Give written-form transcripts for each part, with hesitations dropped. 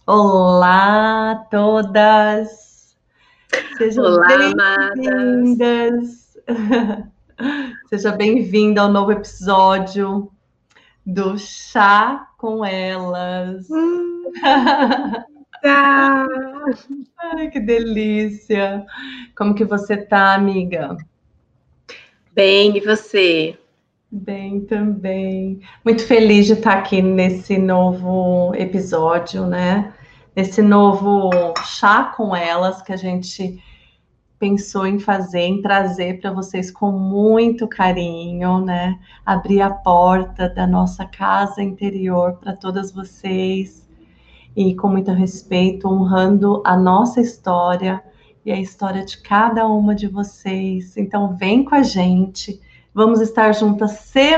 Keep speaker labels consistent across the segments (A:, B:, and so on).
A: Olá a todas, sejam
B: Olá, amadas.
A: bem-vindas. Seja bem-vinda ao novo episódio do Chá com Elas.
B: Tá.
A: Ai, que delícia! Como que você tá, amiga?
B: Bem, e você?
A: Bem também. Muito feliz de estar aqui nesse novo episódio, né? Nesse novo Chá com Elas que a gente pensou em fazer, em trazer para vocês com muito carinho, né? Abrir a porta da nossa casa interior para todas vocês e com muito respeito, honrando a nossa história e a história de cada uma de vocês. Então, vem com a gente. Vamos estar juntas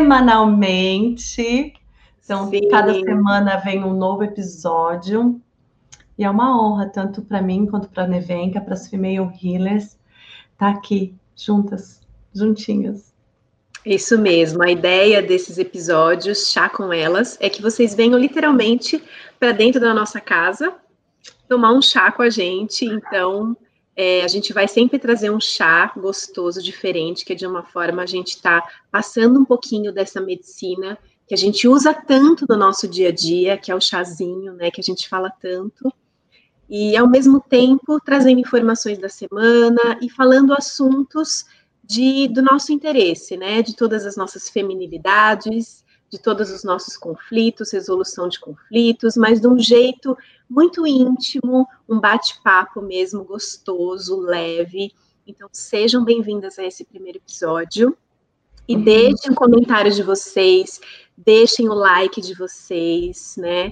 A: semanalmente. Então, cada
B: Sim,
A: semana vem um novo episódio. E é uma honra, tanto para mim quanto para a Nevenka, para as Female Healers, tá aqui, juntas, juntinhas.
B: isso mesmo. A ideia desses episódios, Chá com Elas, é que vocês venham literalmente para dentro da nossa casa tomar um chá com a gente. Então, a gente vai sempre trazer um chá gostoso, diferente, que é de uma forma a gente está passando um pouquinho dessa medicina que a gente usa tanto no nosso dia a dia, que é o chazinho, né, que a gente fala tanto. E, ao mesmo tempo, trazendo informações da semana e falando assuntos do nosso interesse, né? De todas as nossas feminilidades, de todos os nossos conflitos, resolução de conflitos, mas de um jeito muito íntimo, um bate-papo mesmo gostoso, leve. Então, sejam bem-vindas a esse primeiro episódio. E deixem um comentário de vocês, deixem o like de vocês, né?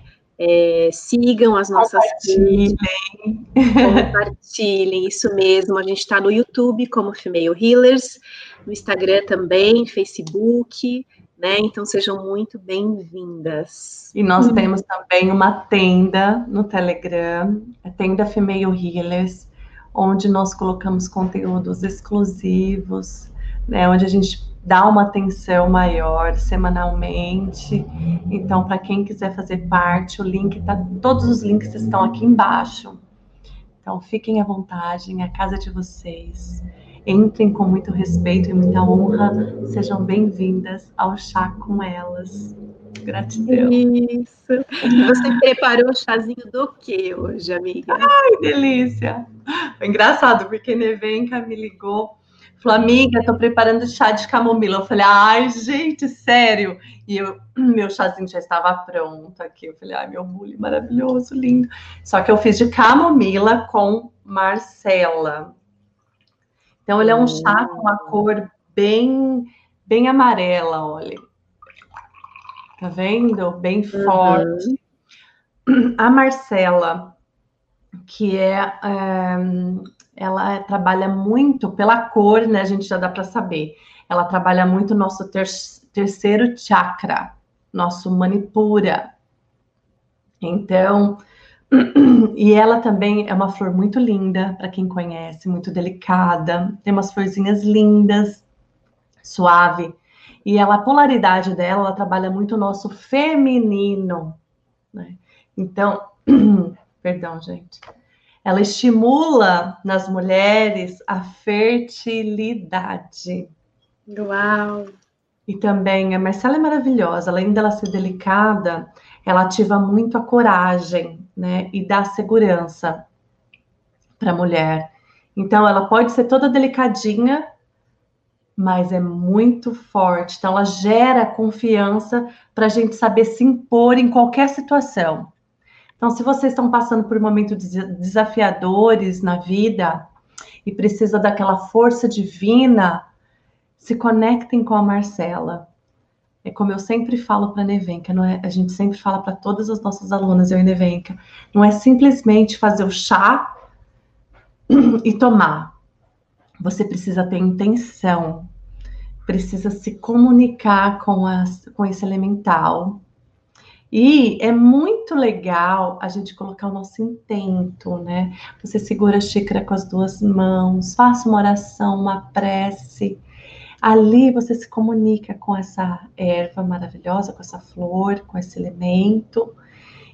B: Sigam as nossas redes,
A: Compartilhem.
B: compartilhem, isso mesmo. A gente está no YouTube como Female Healers, no Instagram também, Facebook, né? Então sejam muito bem-vindas.
A: E nós temos também uma tenda no Telegram, a Tenda Female Healers, onde nós colocamos conteúdos exclusivos, né, onde a gente dá uma atenção maior semanalmente. Então, para quem quiser fazer parte, todos os links estão aqui embaixo. Então, fiquem à vontade, a casa de vocês. Entrem com muito respeito e muita honra. Sejam bem-vindas ao Chá com Elas. Gratidão.
B: Isso. E você preparou o chazinho do que hoje, amiga?
A: Que delícia! Foi engraçado, porque Nevenka me ligou, falou, amiga, tô preparando chá de camomila. Eu falei, ai, gente, sério? E meu chazinho já estava pronto aqui. Eu falei, ai, meu bule maravilhoso, lindo. Só que eu fiz de camomila com Marcela. Então, ele é um chá com uma cor bem amarela, olha. Tá vendo? Bem forte.
B: Uhum.
A: A Marcela, que ela trabalha muito pela cor, né? A gente já dá para saber. Ela trabalha muito o nosso terceiro chakra, nosso Manipura. Então, e ela também é uma flor muito linda, para quem conhece, muito delicada, tem umas florzinhas lindas, suave. E ela, a polaridade dela, ela trabalha muito o nosso feminino, né? Então, perdão, gente. Ela estimula nas mulheres a fertilidade.
B: Uau!
A: E também a Marcela é maravilhosa, além dela ser delicada, ela ativa muito a coragem, né? E dá segurança para a mulher. Então, ela pode ser toda delicadinha, mas é muito forte. Então, ela gera confiança para a gente saber se impor em qualquer situação. Então, se vocês estão passando por momentos desafiadores na vida e precisa daquela força divina, se conectem com a Marcela. É como eu sempre falo para a Nevenka, não é? A gente sempre fala para todas as nossas alunas, eu e Nevenka, não é simplesmente fazer o chá e tomar. Você precisa ter intenção, precisa se comunicar com esse elemental. E é muito legal a gente colocar o nosso intento, né? Você segura a xícara com as duas mãos, faça uma oração, uma prece. Ali você se comunica com essa erva maravilhosa, com essa flor, com esse elemento.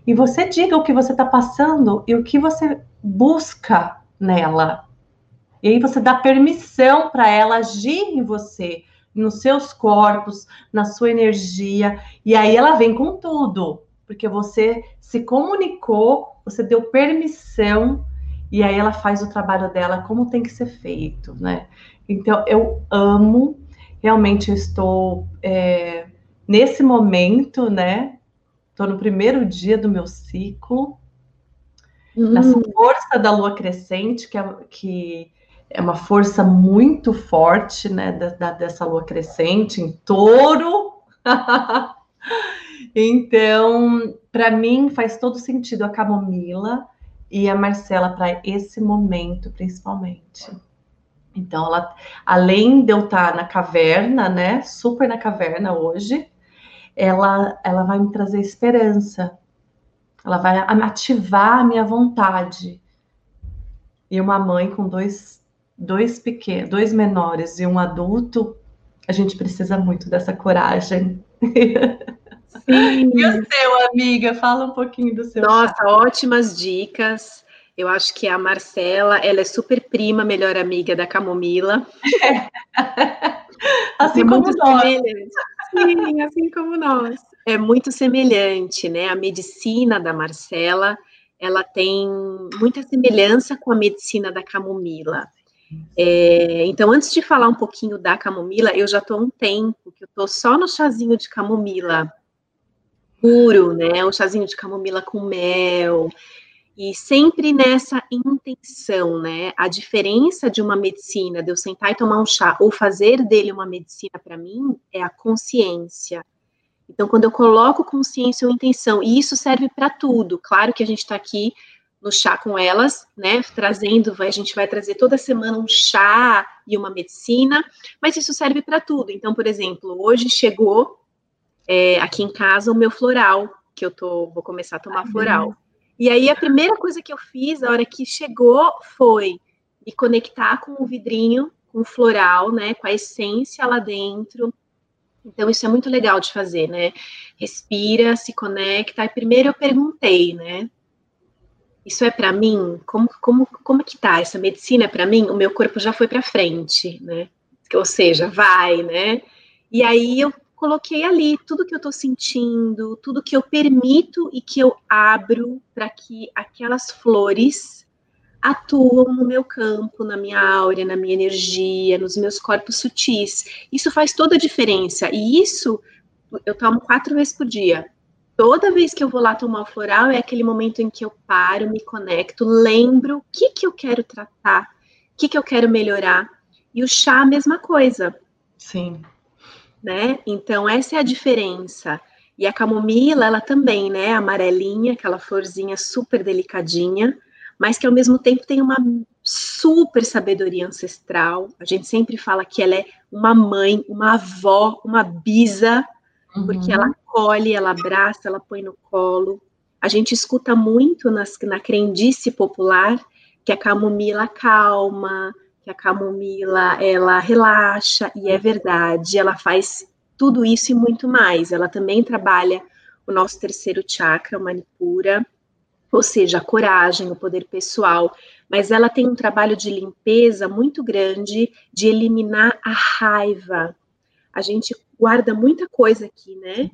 A: e você diga o que você está passando e o que você busca nela. E aí você dá permissão para ela agir em você, nos seus corpos, na sua energia, e aí ela vem com tudo, porque você se comunicou, você deu permissão, e aí ela faz o trabalho dela como tem que ser feito, né? Então eu amo, realmente eu estou nesse momento, né? Estou no primeiro dia do meu ciclo, nessa força da lua crescente, que é uma força muito forte, né, dessa lua crescente em touro. Então, para mim, faz todo sentido a camomila e a Marcela para esse momento, principalmente. Então, ela, além de eu estar na caverna, né, super na caverna hoje, ela vai me trazer esperança. Ela vai ativar a minha vontade. E uma mãe com dois menores e um adulto, a gente precisa muito dessa coragem.
B: Sim.
A: E o seu, amiga? Fala um pouquinho do seu
B: Nossa,
A: chá.
B: ótimas dicas. Eu acho que a Marcela, ela é super prima, melhor amiga da Camomila.
A: Assim
B: É
A: como
B: muito
A: nós.
B: semelhante. Sim, assim como nós. É muito semelhante, né? A medicina da Marcela, ela tem muita semelhança com a medicina da Camomila. Então, antes de falar um pouquinho da camomila, eu já estou há um tempo que eu estou só no chazinho de camomila puro, né? Um chazinho de camomila com mel. E sempre nessa intenção, né? A diferença de uma medicina, de eu sentar e tomar um chá, ou fazer dele uma medicina para mim, é a consciência. Então, quando eu coloco consciência ou intenção, e isso serve para tudo. Claro que a gente está aqui no chá com elas, né? Trazendo, a gente vai trazer toda semana um chá e uma medicina, mas isso serve para tudo. Então, por exemplo, hoje chegou aqui em casa o meu floral, que vou começar a tomar floral. E aí a primeira coisa que eu fiz, a hora que chegou, foi me conectar com o vidrinho, com o floral, né? Com a essência lá dentro. Então, isso é muito legal de fazer, né? Respira, se conecta. E primeiro eu perguntei, né? Isso é para mim? Como que tá? Essa medicina é para mim? O meu corpo já foi para frente, né? Ou seja, vai, né? E aí eu coloquei ali tudo que eu tô sentindo, tudo que eu permito e que eu abro para que aquelas flores atuam no meu campo, na minha áurea, na minha energia, nos meus corpos sutis. Isso faz toda a diferença. E isso eu tomo 4 vezes por dia. Toda vez que eu vou lá tomar o floral, é aquele momento em que eu paro, me conecto, lembro o que eu quero tratar, o que eu quero melhorar. E o chá, a mesma coisa.
A: Sim.
B: Né? Então, essa é a diferença. E a camomila, ela também, né? Amarelinha, aquela florzinha super delicadinha, mas que ao mesmo tempo tem uma super sabedoria ancestral. A gente sempre fala que ela é uma mãe, uma avó, uma bisa, porque ela acolhe, ela abraça, ela põe no colo. A gente escuta muito na crendice popular que a camomila acalma, que a camomila, ela relaxa, e é verdade, ela faz tudo isso e muito mais. Ela também trabalha o nosso terceiro chakra, o Manipura, ou seja, a coragem, o poder pessoal, mas ela tem um trabalho de limpeza muito grande, de eliminar a raiva. A gente guarda muita coisa aqui, né?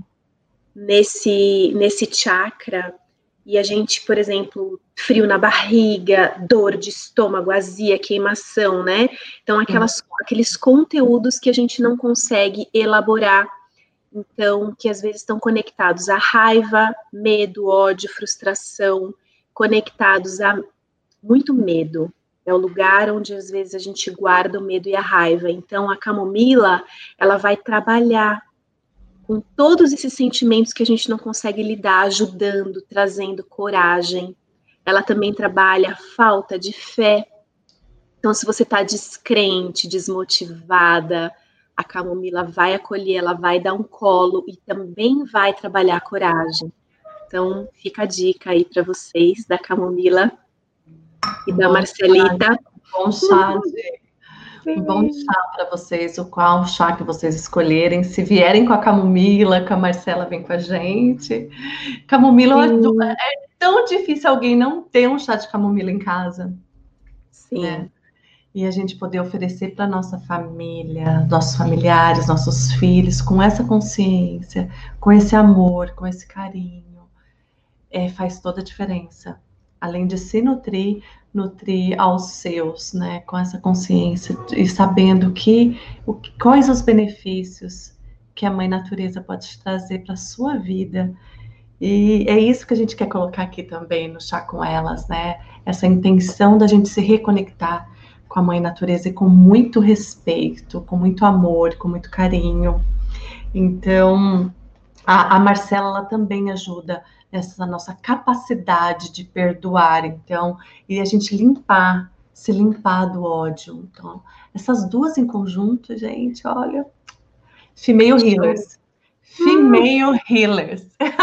B: Nesse chakra, e a gente, por exemplo, frio na barriga, dor de estômago, azia, queimação, né? Então, aqueles conteúdos que a gente não consegue elaborar, então, que às vezes estão conectados à raiva, medo, ódio, frustração, conectados a muito medo. É o lugar onde às vezes a gente guarda o medo e a raiva. Então, a camomila, ela vai trabalhar com todos esses sentimentos que a gente não consegue lidar, ajudando, trazendo coragem. Ela também trabalha a falta de fé. Então, se você está descrente, desmotivada, a camomila vai acolher, ela vai dar um colo e também vai trabalhar a coragem. Então, fica a dica aí para vocês da camomila e da Marcelita.
A: Bom chá, Um bom chá para vocês, o qual chá que vocês escolherem. Se vierem com a camomila, que a Marcela vem com a gente. Camomila
B: Sim,
A: é tão difícil alguém não ter um chá de camomila em casa, né?
B: sim.
A: E a gente poder oferecer para nossa família, nossos familiares, nossos filhos, com essa consciência, com esse amor, com esse carinho, faz toda a diferença. Além de se nutrir, nutrir aos seus, né? Com essa consciência e sabendo quais os benefícios que a Mãe Natureza pode te trazer para a sua vida. E é isso que a gente quer colocar aqui também no Chá com Elas, né? Essa intenção da gente se reconectar com a Mãe Natureza e com muito respeito, com muito amor, com muito carinho. Então, a Marcela ela também ajuda nessa nossa capacidade de perdoar, então, e a gente se limpar do ódio. Então, essas duas em conjunto, gente, olha, female healers. Female healers.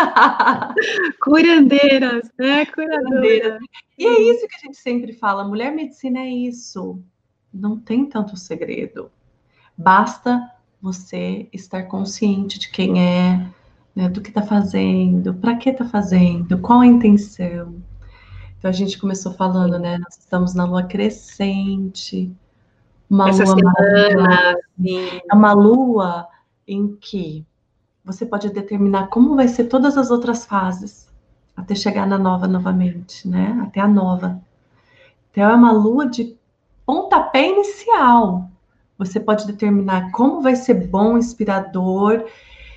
B: Curandeiras, né?
A: Curandeiras.
B: Curadora.
A: E é isso que a gente sempre fala, mulher medicina é isso. Não tem tanto segredo. Basta você estar consciente de quem é, né, do que está fazendo, para que está fazendo, qual a intenção. Então a gente começou falando, né? Nós estamos na lua crescente, uma
B: Essa
A: lua maravilhosa.
B: semana, sim.
A: É uma lua em que você pode determinar como vai ser todas as outras fases até chegar na nova novamente, né? Até a nova. Então é uma lua de pontapé inicial. Você pode determinar como vai ser bom, inspirador,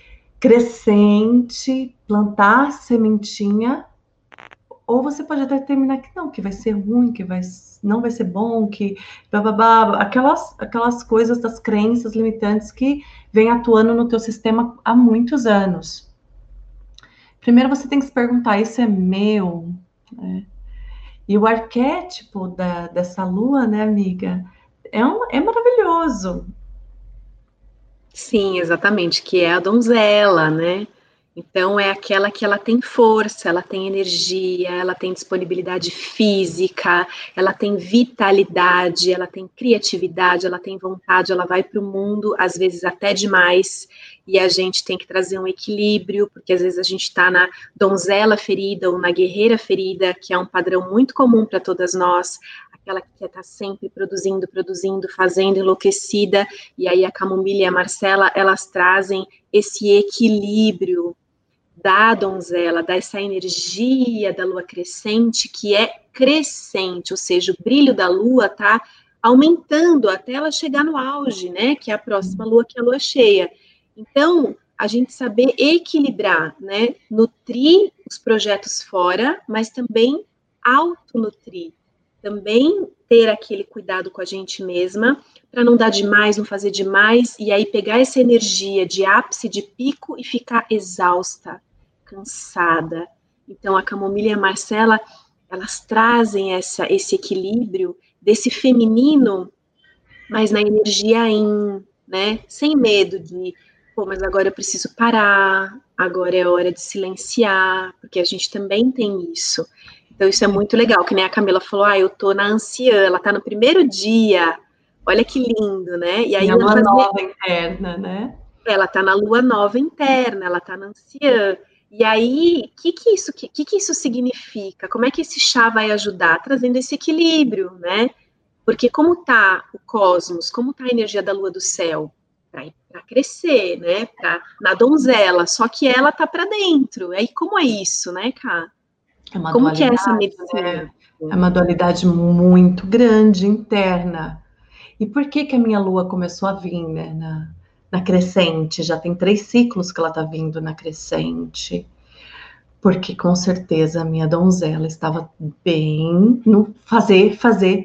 A: crescente, plantar sementinha, ou você pode determinar que não, que vai ser ruim, não vai ser bom, que bababá, aquelas coisas das crenças limitantes que vem atuando no teu sistema há muitos anos. Primeiro você tem que se perguntar, isso é meu? Né? E o arquétipo dessa lua, né, amiga, é maravilhoso.
B: Sim, exatamente, que é a donzela, né? Então é aquela que ela tem força, ela tem energia, ela tem disponibilidade física, ela tem vitalidade, ela tem criatividade, ela tem vontade, ela vai para o mundo, às vezes até demais, e a gente tem que trazer um equilíbrio, porque às vezes a gente está na donzela ferida ou na guerreira ferida, que é um padrão muito comum para todas nós, aquela que quer estar sempre produzindo, fazendo, enlouquecida, e aí a Camomila e a Marcela, elas trazem esse equilíbrio da donzela, dessa energia da lua crescente, que é crescente, ou seja, o brilho da lua está aumentando até ela chegar no auge, né, que é a próxima lua, que é a lua cheia. Então, a gente saber equilibrar, né, nutrir os projetos fora, mas também autonutrir, também ter aquele cuidado com a gente mesma, para não dar demais, não fazer demais, e aí pegar essa energia de ápice, de pico, e ficar exausta, cansada. Então, a Camomila e a Marcela, elas trazem esse equilíbrio desse feminino, mas na energia yin, né? Sem medo de, pô, mas agora eu preciso parar, agora é hora de silenciar, porque a gente também tem isso. Então, isso é muito legal, que nem a Camila falou, eu tô na anciã, ela tá no primeiro dia, olha que lindo, né? E aí
A: Minha lua nova interna, né?
B: ela tá na lua nova interna, ela tá na anciã. E aí, o que isso significa? Como é que esse chá vai ajudar? Trazendo esse equilíbrio, né? Porque como tá o cosmos, como tá a energia da lua do céu? Para crescer, né? Na donzela, só que ela tá para dentro. Aí como é isso, né, Ká?
A: É uma
B: Como que é essa
A: dualidade,
B: medicina?
A: né? É uma dualidade muito grande interna. E por que a minha lua começou a vir, né, na crescente? Já tem 3 ciclos que ela está vindo na crescente. Porque com certeza a minha donzela estava bem no fazer,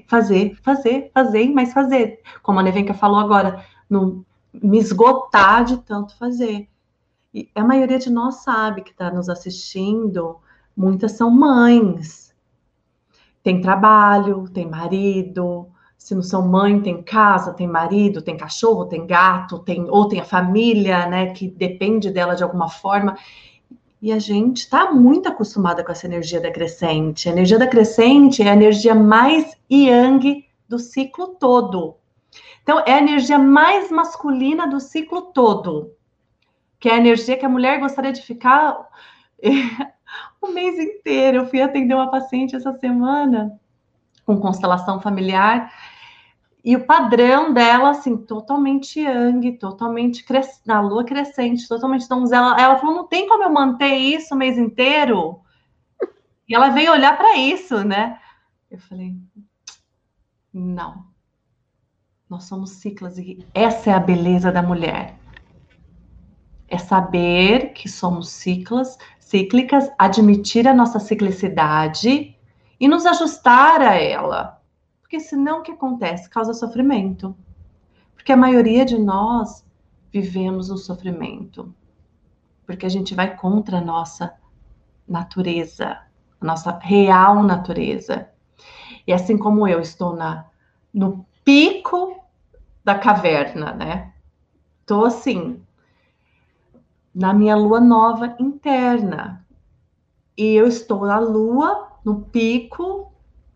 A: e mais fazer. Como a Nevenka falou agora, no me esgotar de tanto fazer. E a maioria de nós sabe que está nos assistindo, muitas são mães. Tem trabalho, tem marido. Se não são mãe, tem casa, tem marido, tem cachorro, tem gato, ou tem a família, né, que depende dela de alguma forma. E a gente está muito acostumada com essa energia da crescente. A energia da crescente é a energia mais yang do ciclo todo. Então, é a energia mais masculina do ciclo todo, que é a energia que a mulher gostaria de ficar o mês inteiro. Eu fui atender uma paciente essa semana com constelação familiar, e o padrão dela, assim, totalmente yang, totalmente na lua crescente, totalmente donzela. Ela falou, não tem como eu manter isso o mês inteiro? E ela veio olhar para isso, né? Eu falei, não. Nós somos ciclas e essa é a beleza da mulher. É saber que somos cíclicas, admitir a nossa ciclicidade e nos ajustar a ela. Porque senão o que acontece? Causa sofrimento. Porque a maioria de nós vivemos no sofrimento. Porque a gente vai contra a nossa natureza, a nossa real natureza. E assim como eu estou no pico da caverna, né? Tô assim, na minha lua nova interna. E eu estou na lua, no pico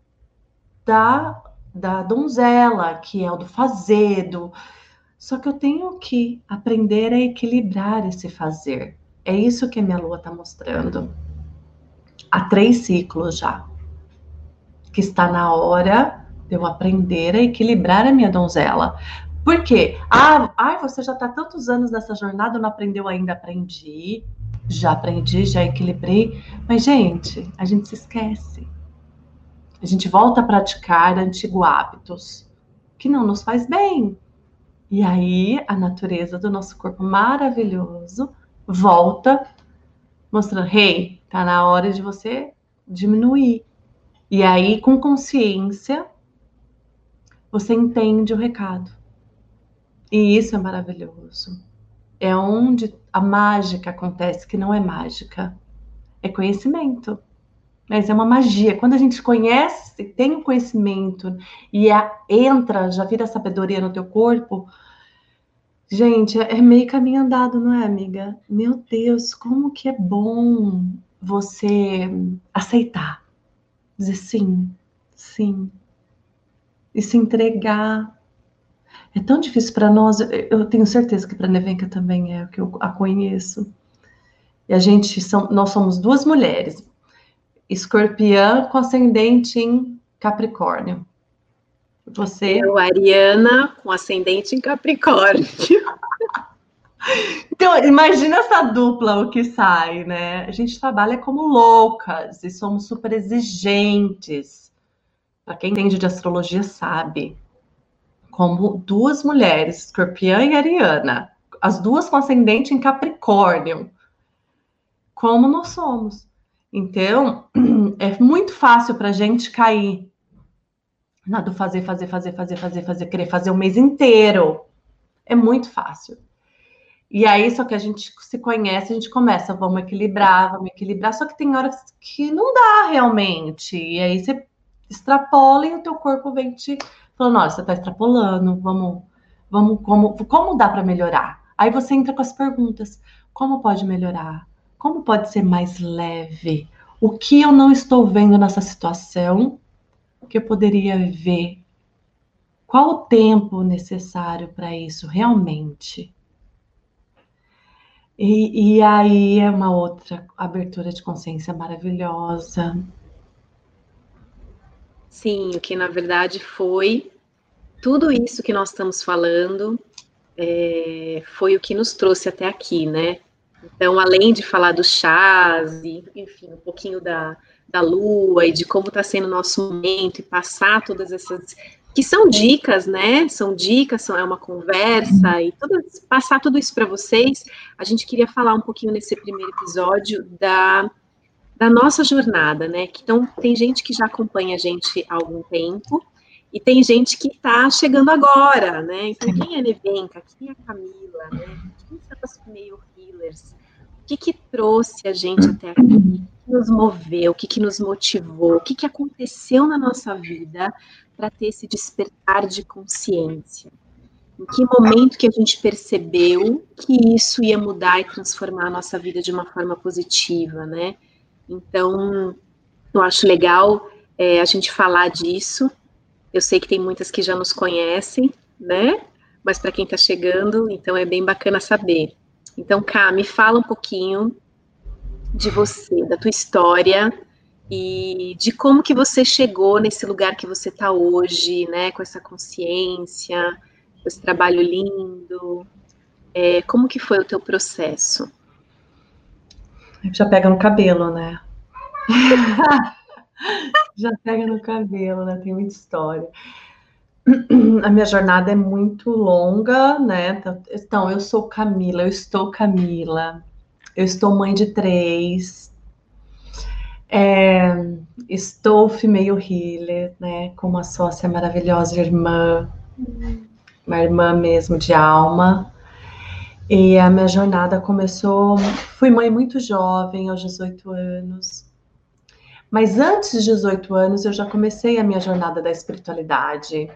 A: da donzela, que é o do fazer, Só que eu tenho que aprender a equilibrar esse fazer. É isso que a minha lua está mostrando. Há 3 ciclos já. Que está na hora de eu aprender a equilibrar a minha donzela. Por quê? Você já está tantos anos nessa jornada, não aprendeu ainda? Aprendi, já equilibrei. Mas, gente, a gente se esquece. A gente volta a praticar antigos hábitos que não nos faz bem. E aí, a natureza do nosso corpo maravilhoso volta mostrando, hey, tá na hora de você diminuir. E aí, com consciência, você entende o recado. E isso é maravilhoso. É onde a mágica acontece, que não é mágica. É conhecimento. Mas é uma magia. Quando a gente conhece, tem o conhecimento e entra, já vira sabedoria no teu corpo, gente, é meio caminho andado, não é, amiga? Meu Deus, como que é bom você aceitar. Dizer sim, sim. E se entregar. É tão difícil para nós, eu tenho certeza que para a Nevenka também é, que eu a conheço. E nós somos 2 mulheres, escorpiã com ascendente em Capricórnio. Você?
B: Eu, Ariana, com ascendente em Capricórnio.
A: Então, imagina essa dupla, o que sai, né? A gente trabalha como loucas e somos super exigentes. Para quem entende de astrologia sabe. Como 2 mulheres, escorpiã e ariana, as 2 com ascendente em Capricórnio. Como nós somos. Então, é muito fácil para a gente cair na do fazer, querer fazer o mês inteiro. É muito fácil. E aí, só que a gente se conhece, a gente começa, vamos equilibrar, só que tem horas que não dá realmente. E aí você extrapola e o teu corpo vem te falando, olha, você está extrapolando, como dá para melhorar? Aí você entra com as perguntas, como pode melhorar? Como pode ser mais leve? O que eu não estou vendo nessa situação que eu poderia ver? Qual o tempo necessário para isso realmente? E aí é uma outra abertura de consciência maravilhosa.
B: Sim, o que na verdade foi tudo isso que nós estamos falando, foi o que nos trouxe até aqui, né? Então, além de falar dos chás, e, enfim, um pouquinho da lua e de como está sendo o nosso momento e passar todas essas que são dicas, né? São dicas, é uma conversa e passar tudo isso para vocês. A gente queria falar um pouquinho nesse primeiro episódio da nossa jornada, né? Então, tem gente que já acompanha a gente há algum tempo e tem gente que está chegando agora, né? Então, quem é a Nevenka? Quem é a Camila? Né? Quem são as female healers? O que trouxe a gente até aqui? O que nos moveu? O que nos motivou? O que aconteceu na nossa vida para ter esse despertar de consciência? Em que momento que a gente percebeu que isso ia mudar e transformar a nossa vida de uma forma positiva, né? Então, eu acho legal a gente falar disso. Eu sei que tem muitas que já nos conhecem, né? Mas para quem está chegando, então é bem bacana saber. Então, Ká, me fala um pouquinho de você, da tua história e de como que você chegou nesse lugar que você está hoje, né? Com essa consciência, com esse trabalho lindo. Como que foi o teu processo?
A: Já pega no cabelo, né? Já pega no cabelo, né? Tem muita história. A minha jornada é muito longa, né? Então, eu sou Camila, eu estou Camila, eu estou mãe de 3, estou female healer, né? Com uma sócia maravilhosa, irmã, uma irmã mesmo de alma. E a minha jornada começou, fui mãe muito jovem, aos 18 anos. Mas antes de 18 anos, eu já comecei a minha jornada da espiritualidade.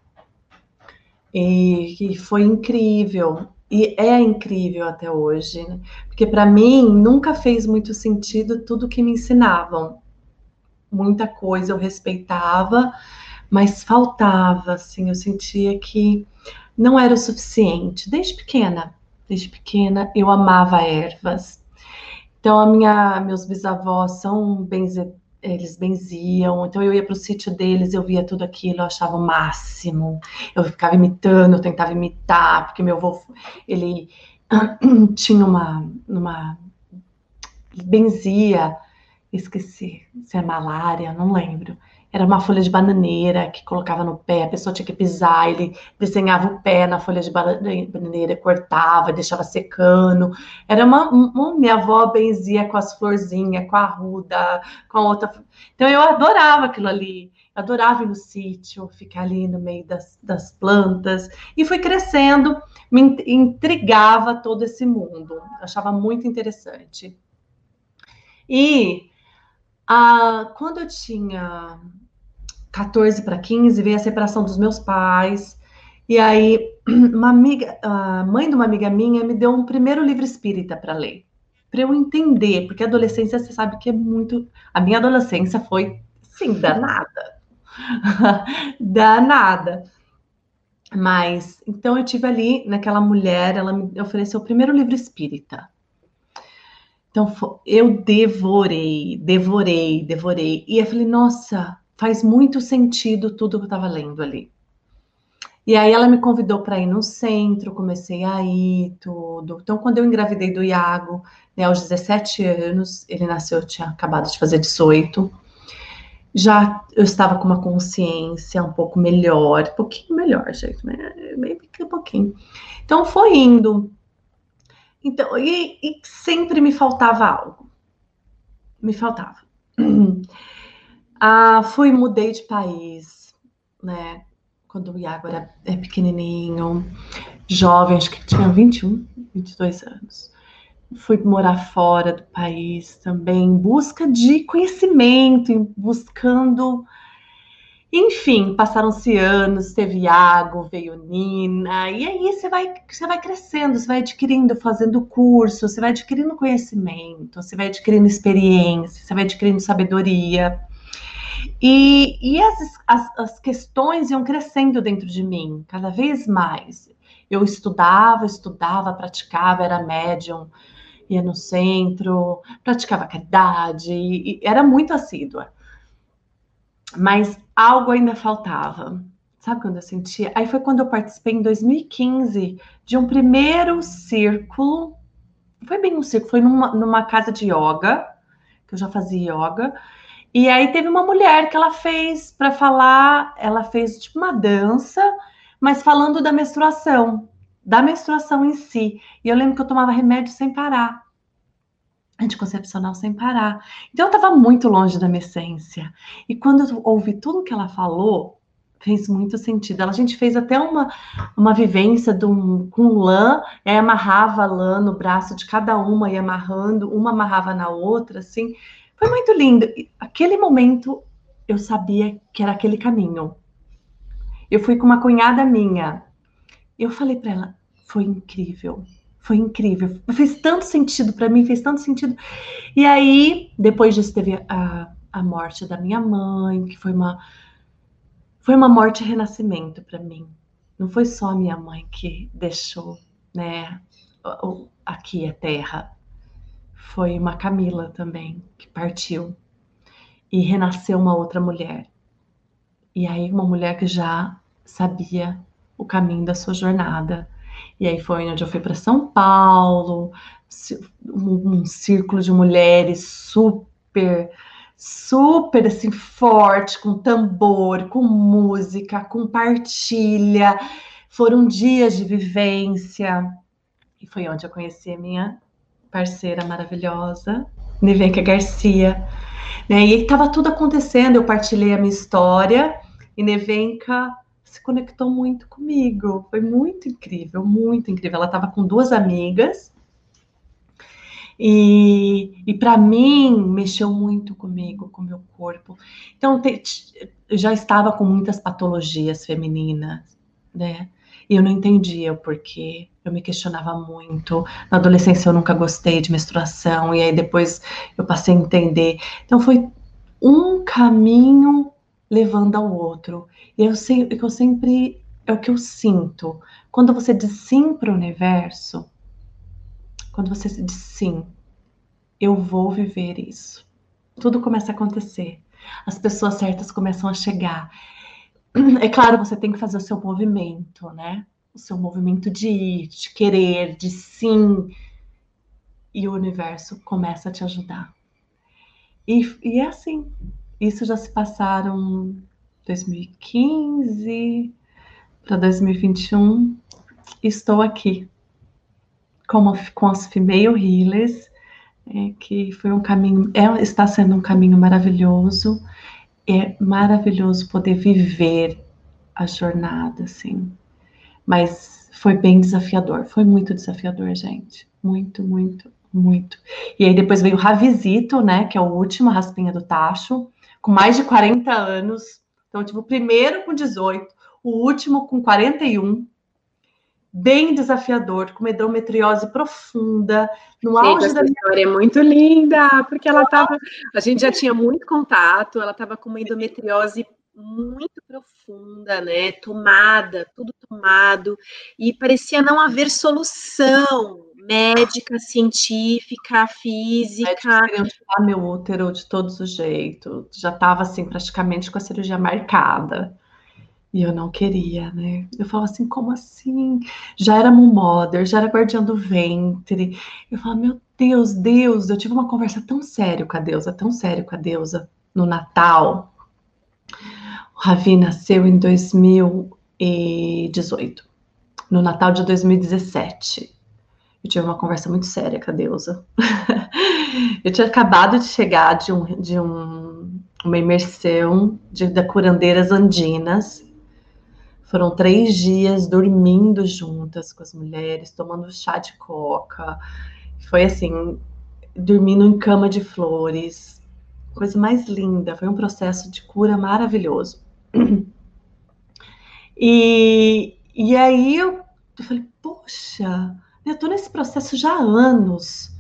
A: E foi incrível. E é incrível até hoje, né? Porque para mim nunca fez muito sentido tudo que me ensinavam. Muita coisa eu respeitava, mas faltava, assim, eu sentia que não era o suficiente. Desde pequena eu amava ervas. Então, meus bisavós são eles benziam, então eu ia para o sítio deles, eu via tudo aquilo, eu achava o máximo. Eu ficava imitando, eu tentava imitar, porque meu avô, ele tinha uma benzia, esqueci se é malária, não lembro. Era uma folha de bananeira que colocava no pé, a pessoa tinha que pisar, ele desenhava o pé na folha de bananeira, cortava, deixava secando. Era minha avó benzia com as florzinhas, com a arruda, com a outra. Então eu adorava aquilo ali, eu adorava ir no sítio, ficar ali no meio das plantas. E fui crescendo, me intrigava todo esse mundo, achava muito interessante. E quando eu tinha 14 para 15, veio a separação dos meus pais. E aí, a mãe de uma amiga minha me deu um primeiro livro espírita para ler, para eu entender, porque a adolescência, você sabe que é muito. A minha adolescência foi, sim, danada. Danada. Mas, então eu tive ali, naquela mulher, ela me ofereceu o primeiro livro espírita. Então, eu devorei. E eu falei, nossa, faz muito sentido tudo que eu estava lendo ali. E aí ela me convidou para ir no centro, comecei a ir, tudo. Então, quando eu engravidei do Iago, né, aos 17 anos, ele nasceu, eu tinha acabado de fazer 18, já eu estava com uma consciência um pouco melhor, um pouquinho melhor, gente, né? Bem pouquinho. Então, foi indo. Então, e sempre me faltava algo. Me faltava. Mudei de país, né? Quando o Iago era pequenininho, jovem, acho que tinha 21, 22 anos. Fui morar fora do país também, em busca de conhecimento, buscando. Enfim, passaram-se anos, teve Iago, veio Nina, e aí você vai crescendo, você vai adquirindo, fazendo curso, você vai adquirindo conhecimento, você vai adquirindo experiência, você vai adquirindo sabedoria. E as questões iam crescendo dentro de mim, cada vez mais. Eu estudava, praticava, era médium, ia no centro, praticava caridade, e era muito assídua. Mas algo ainda faltava. Sabe quando eu sentia? Aí foi quando eu participei em 2015 de um primeiro círculo. Não foi bem um círculo, foi numa casa de yoga, que eu já fazia yoga. E aí teve uma mulher que ela fez para falar, ela fez tipo uma dança, mas falando da menstruação em si. E eu lembro que eu tomava remédio sem parar, anticoncepcional sem parar. Então eu estava muito longe da minha essência. E quando eu ouvi tudo que ela falou, fez muito sentido. A gente fez até uma vivência com lã, amarrava lã no braço de cada uma, ia amarrando, uma amarrava na outra, assim. Foi muito lindo. E, aquele momento, eu sabia que era aquele caminho. Eu fui com uma cunhada minha. Eu falei para ela, foi incrível. Foi incrível. Fez tanto sentido para mim, fez tanto sentido. E aí, depois disso, teve a morte da minha mãe, que foi uma morte e renascimento para mim, não foi só a minha mãe que deixou, né, aqui a terra. Foi uma Camila também que partiu e renasceu uma outra mulher. E aí uma mulher que já sabia o caminho da sua jornada. E aí foi onde eu fui para São Paulo, um círculo de mulheres super, super assim forte, com tambor, com música, com partilha. Foram dias de vivência. E foi onde eu conheci a minha parceira maravilhosa, Nivenka Garcia. Né? E estava tudo acontecendo, eu partilhei a minha história e Nevenka se conectou muito comigo. Foi muito incrível, muito incrível. Ela estava com 2 amigas e para mim mexeu muito comigo, com o meu corpo. Então eu já estava com muitas patologias femininas, né? E eu não entendia o porquê. Eu me questionava muito. Na adolescência eu nunca gostei de menstruação e aí depois eu passei a entender. Então foi um caminho levando ao outro. E eu sempre é o que eu sinto. Quando você diz sim para o universo, quando você diz sim, eu vou viver isso. Tudo começa a acontecer. As pessoas certas começam a chegar. É claro, você tem que fazer o seu movimento, né? O seu movimento de ir, de querer, de sim. E o universo começa a te ajudar. E é assim. Isso já se passaram 2015 para 2021. Estou aqui com as Female Healers, que foi um caminho, está sendo um caminho maravilhoso. É maravilhoso poder viver a jornada, assim. Mas foi bem desafiador, foi muito desafiador, gente. Muito, muito, muito. E aí depois veio o Ravizito, né, que é o último, a Raspinha do Tacho, com mais de 40 anos. Então eu tive o primeiro com 18, o último com 41, bem desafiador, com endometriose profunda, no
B: Gente,
A: auge
B: essa
A: da minha...
B: história é muito linda, porque ela estava. A gente já tinha muito contato, ela estava com uma endometriose muito profunda, né? Tomada, tudo tomado, e parecia não haver solução médica, científica, física.
A: Médicos queriam tirar meu útero de todos os jeitos, já estava assim praticamente com a cirurgia marcada. E eu não queria, né? Eu falava assim, como assim? Já era Moon Mother, já era guardiã do ventre. Eu falava, meu Deus, Deus, eu tive uma conversa tão séria com a deusa, tão séria com a deusa, no Natal. O Ravi nasceu em 2018, no Natal de 2017. Eu tive uma conversa muito séria com a deusa. Eu tinha acabado de chegar uma imersão da Curandeiras Andinas. Foram 3 dias dormindo juntas com as mulheres, tomando chá de coca. Foi assim, dormindo em cama de flores. Coisa mais linda. Foi um processo de cura maravilhoso. E aí eu falei, poxa, eu tô nesse processo já há anos.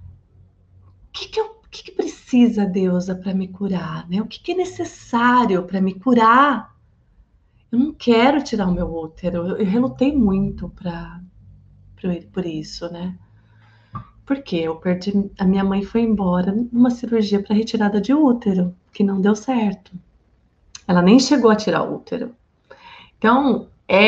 A: O que precisa, deusa, para me curar? Né? O que é necessário para me curar? Eu não quero tirar o meu útero. Eu relutei muito por isso, né? Porque eu perdi. A minha mãe foi embora numa cirurgia para retirada de útero, que não deu certo. Ela nem chegou a tirar o útero. Então,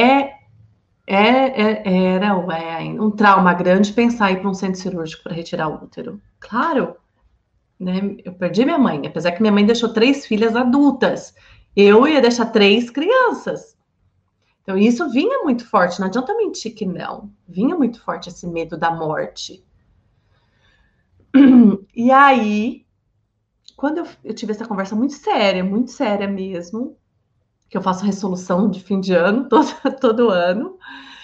A: era ou é ainda um trauma grande pensar em ir para um centro cirúrgico para retirar o útero. Claro, né? Eu perdi minha mãe, apesar que minha mãe deixou 3 filhas adultas. Eu ia deixar 3 crianças. Então, isso vinha muito forte, não adianta mentir que não. Vinha muito forte esse medo da morte. E aí, quando eu tive essa conversa muito séria mesmo, que eu faço resolução de fim de ano, todo ano,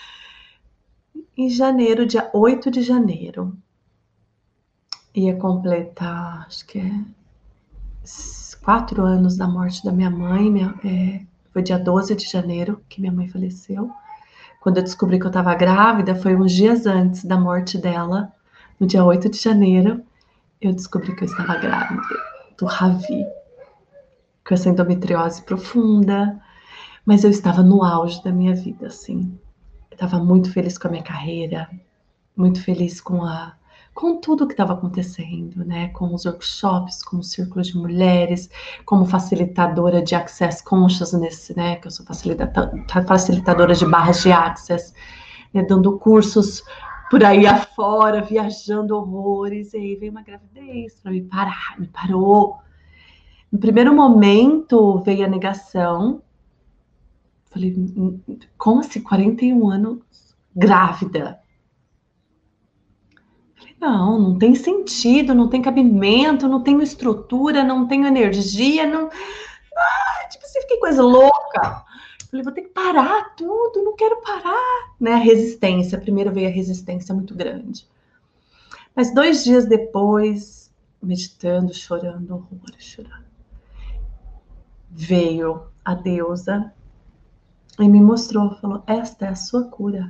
A: em janeiro, dia 8 de janeiro, ia completar, acho que 4 anos da morte da minha mãe, foi dia 12 de janeiro que minha mãe faleceu. Quando eu descobri que eu estava grávida, foi uns dias antes da morte dela, no dia 8 de janeiro, eu descobri que eu estava grávida do Ravi, com essa endometriose profunda. Mas eu estava no auge da minha vida, assim. Eu estava muito feliz com a minha carreira, muito feliz com tudo que estava acontecendo, né? Com os workshops, com os círculos de mulheres, como facilitadora de Access Consciousness, né? Que eu sou facilitadora de barras de Access, né? Dando cursos por aí afora, viajando horrores, e aí veio uma gravidez para me parar, me parou. No primeiro momento veio a negação. Falei, como assim, 41 anos grávida? Falei, não tem sentido, não tem cabimento, não tenho estrutura, não tenho energia, não. Tipo, assim, fiquei coisa louca. Falei, vou ter que parar tudo, não quero parar. Né? A resistência, primeiro veio a resistência muito grande. Mas 2 dias depois, meditando, chorando, horrores, chorando, veio a deusa e me mostrou, falou, esta é a sua cura.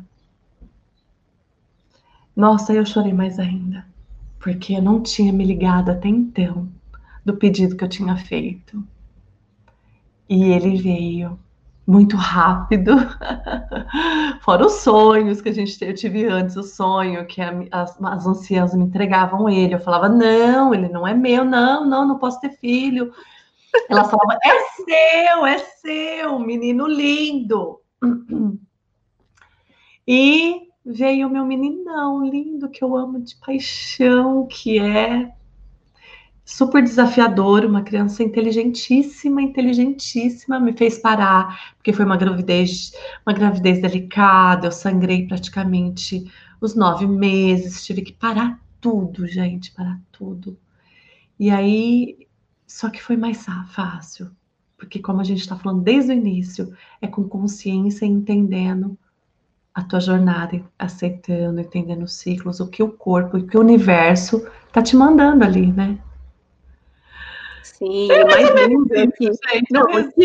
A: Nossa, eu chorei mais ainda, porque eu não tinha me ligado até então do pedido que eu tinha feito. E ele veio muito rápido. Fora os sonhos que eu tive antes, o sonho que as anciãs me entregavam ele. Eu falava, não, ele não é meu, não posso ter filho. Elas falavam, é seu, menino lindo. E veio o meu meninão lindo, que eu amo de paixão, que é super desafiador, uma criança inteligentíssima, me fez parar, porque foi uma gravidez delicada, eu sangrei praticamente os 9 meses, tive que parar tudo, gente, parar tudo. E aí, só que foi mais fácil, porque como a gente está falando desde o início, é com consciência e entendendo a tua jornada, aceitando, entendendo os ciclos, o que o corpo, o que o universo tá te mandando ali, né?
B: Sim, o mais lindo é que, não,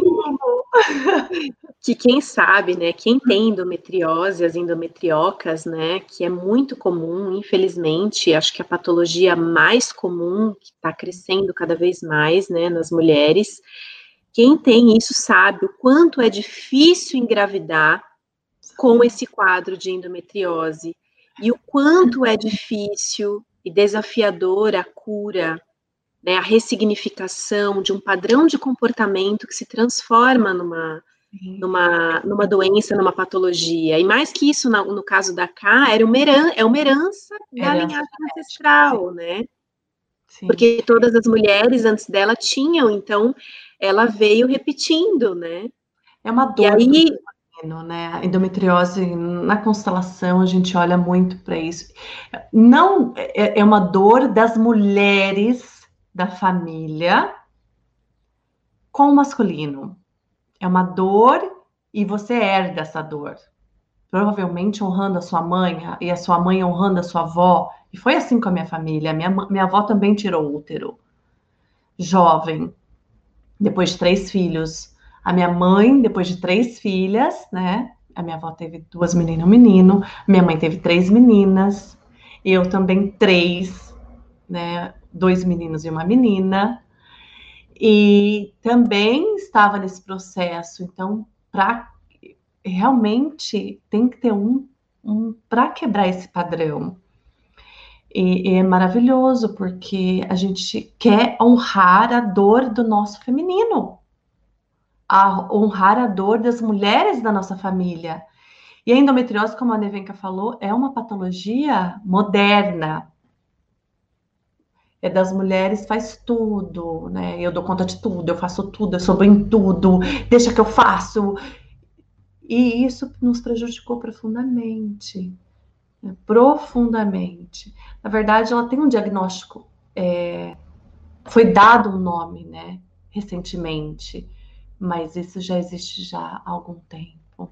B: que quem sabe, né, quem tem endometriose, as endometriocas, né, que é muito comum, infelizmente, acho que a patologia mais comum, que está crescendo cada vez mais, né, nas mulheres, quem tem isso sabe o quanto é difícil engravidar com esse quadro de endometriose, e o quanto é difícil e desafiador a cura, né, a ressignificação de um padrão de comportamento que se transforma numa doença, numa patologia. E mais que isso, no caso da Ká, é uma herança da linhagem ancestral, né? Sim. Porque todas as mulheres antes dela tinham, então ela veio repetindo, né?
A: É uma dor. E aí, né? A endometriose, na constelação, a gente olha muito para isso. Não é uma dor das mulheres da família com o masculino. É uma dor e você herda essa dor. Provavelmente honrando a sua mãe e a sua mãe honrando a sua avó. E foi assim com a minha família. Minha avó também tirou útero. Jovem. Depois de 3 filhos. A minha mãe, depois de 3 filhas, né? A minha avó teve 2 meninas e um menino. Minha mãe teve 3 meninas. Eu também 3, né? 2 meninos e uma menina. E também estava nesse processo. Então, realmente tem que ter para quebrar esse padrão. E é maravilhoso, porque a gente quer honrar a dor do nosso feminino, honrar a dor das mulheres da nossa família. E a endometriose, como a Nevenka falou, é uma patologia moderna. É das mulheres, faz tudo, né? Eu dou conta de tudo, eu faço tudo, eu sou boa em tudo, deixa que eu faço. E isso nos prejudicou profundamente. Né? Profundamente. Na verdade, ela tem um diagnóstico, foi dado um nome, né? Recentemente, mas isso já existe já há algum tempo.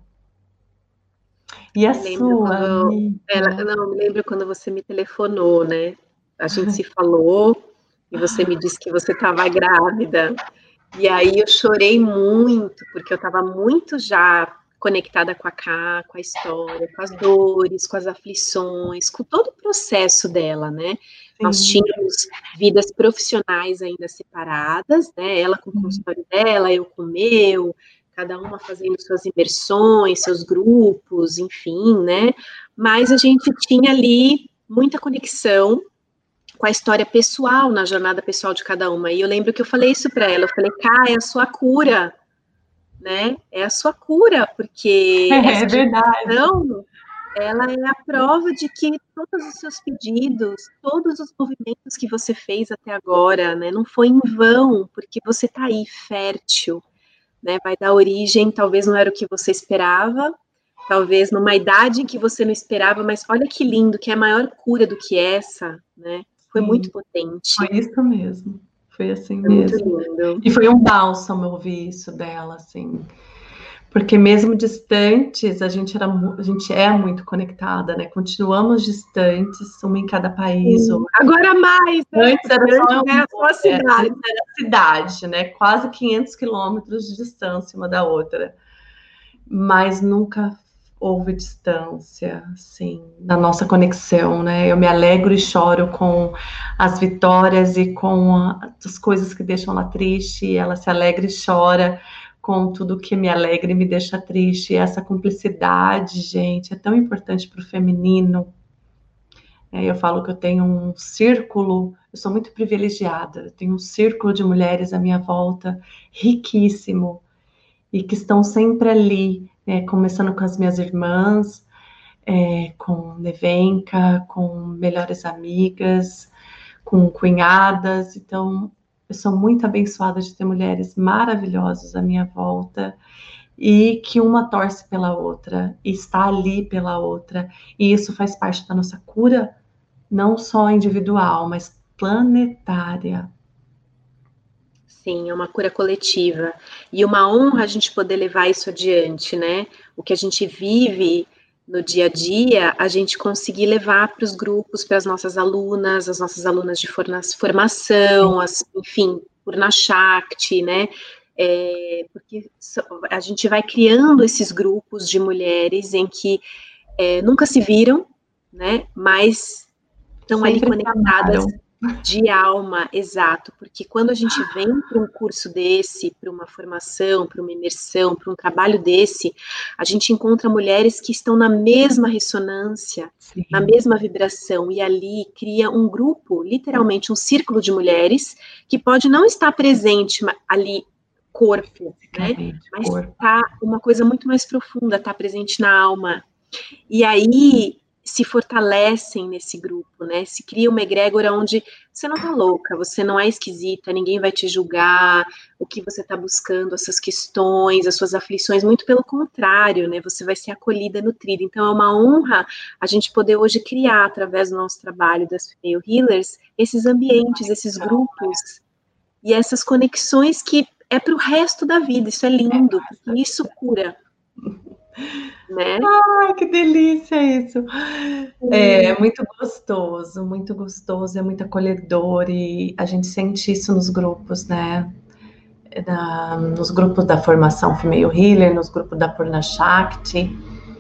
A: E a sua amiga?
B: Não, me lembro quando você me telefonou, né? A gente se falou e você me disse que você estava grávida. E aí eu chorei muito, porque eu estava muito já conectada com a Ká, com a história, com as dores, com as aflições, com todo o processo dela, né? Sim. Nós tínhamos vidas profissionais ainda separadas, né? Ela com o consultório dela, eu com o meu, cada uma fazendo suas imersões, seus grupos, enfim, né? Mas a gente tinha ali muita conexão com a história pessoal, na jornada pessoal de cada uma. E eu lembro que eu falei isso para ela, eu falei, Cá, é a sua cura, né? É a sua cura, porque essa
A: verdade.
B: geração, ela é a prova de que todos os seus pedidos, todos os movimentos que você fez até agora, né, não foi em vão, porque você está aí, fértil, né? Vai dar origem, talvez não era o que você esperava, talvez numa idade em que você não esperava, mas olha que lindo, que é maior cura do que essa, né? Foi muito potente.
A: Foi isso mesmo. Foi assim
B: foi
A: mesmo.
B: Muito lindo.
A: E foi um bálsamo ouvir isso dela, assim. Porque mesmo distantes, a gente é muito conectada, né? Continuamos distantes, uma em cada país.
B: Agora mais,
A: né? Antes era
B: só a cidade.
A: Antes era a cidade, né? Quase 500 quilômetros de distância uma da outra. Mas nunca houve distância, assim, na nossa conexão, né? Eu me alegro e choro com as vitórias e com as coisas que deixam ela triste, e ela se alegra e chora com tudo que me alegra e me deixa triste. E essa cumplicidade, gente, é tão importante para o feminino. Eu falo que eu tenho um círculo, eu sou muito privilegiada, eu tenho um círculo de mulheres à minha volta, riquíssimo, e que estão sempre ali, começando com as minhas irmãs, com Nevenka, com melhores amigas, com cunhadas. Então, eu sou muito abençoada de ter mulheres maravilhosas à minha volta e que uma torce pela outra e está ali pela outra. E isso faz parte da nossa cura, não só individual, mas planetária.
B: Sim, é uma cura coletiva. E uma honra a gente poder levar isso adiante, né? O que a gente vive no dia a dia, a gente conseguir levar para os grupos, para as nossas alunas de formação, enfim, Purna Shakti, né? Porque a gente vai criando esses grupos de mulheres em que nunca se viram, né? Mas estão ali conectadas de alma, exato, porque quando a gente vem para um curso desse, para uma formação, para uma imersão, para um trabalho desse, a gente encontra mulheres que estão na mesma ressonância, Sim. na mesma vibração, e ali cria um grupo, literalmente um círculo de mulheres, que pode não estar presente ali, corpo, né? Mas está uma coisa muito mais profunda, está presente na alma. E aí se fortalecem nesse grupo, né? Se cria uma egrégora onde você não tá louca, você não é esquisita, ninguém vai te julgar, o que você tá buscando, essas questões, as suas aflições, muito pelo contrário, né? Você vai ser acolhida, nutrida. Então é uma honra a gente poder hoje criar, através do nosso trabalho das Female Healers, esses ambientes, esses grupos e essas conexões que é para o resto da vida. Isso é lindo, porque isso cura. Né?
A: Ai, que delícia isso! É muito gostoso, é muito acolhedor, e a gente sente isso nos grupos, né? Nos grupos da formação Female Healer, nos grupos da Purna Shakti,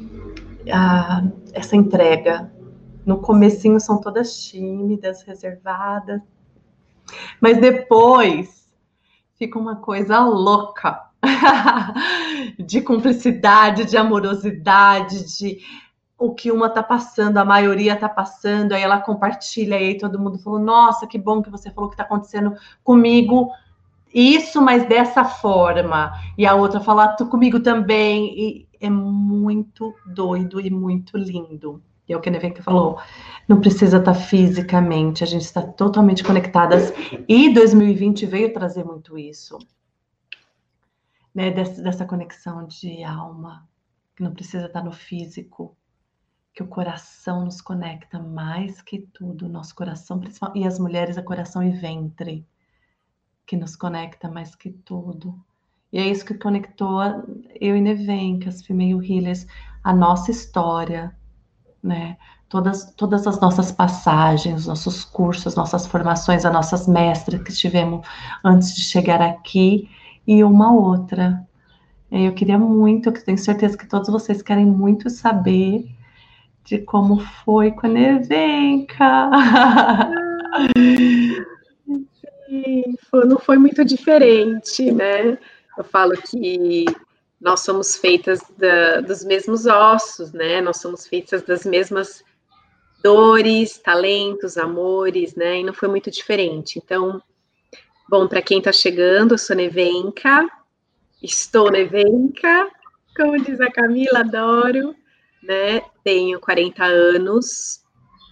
A: essa entrega. No comecinho são todas tímidas, reservadas, mas depois fica uma coisa louca. De cumplicidade, de amorosidade, de o que uma tá passando, a maioria tá passando, aí ela compartilha, e aí todo mundo falou, nossa, que bom que você falou que tá acontecendo comigo isso, mas dessa forma, e a outra fala, tô comigo também, e é muito doido e muito lindo. E é o que a Nevenka falou, não precisa estar fisicamente, a gente está totalmente conectadas, e 2020 veio trazer muito isso. Né, dessa conexão de alma, que não precisa estar no físico, que o coração nos conecta mais que tudo, nosso coração principal, e as mulheres é coração e ventre, que nos conecta mais que tudo. E é isso que conectou eu e Nevenka, as Female Healers, a nossa história, né? Todas as nossas passagens, nossos cursos, nossas formações, as nossas mestras que tivemos antes de chegar aqui, e uma outra. Eu queria muito, que tenho certeza que todos vocês querem muito saber de como foi com a Nevenka.
B: Não foi muito diferente, né? Eu falo que nós somos feitas dos mesmos ossos, né? Nós somos feitas das mesmas dores, talentos, amores, né? E não foi muito diferente. Então, bom, para quem está chegando, eu sou Nevenka, estou Nevenka, como diz a Camila, adoro, né? Tenho 40 anos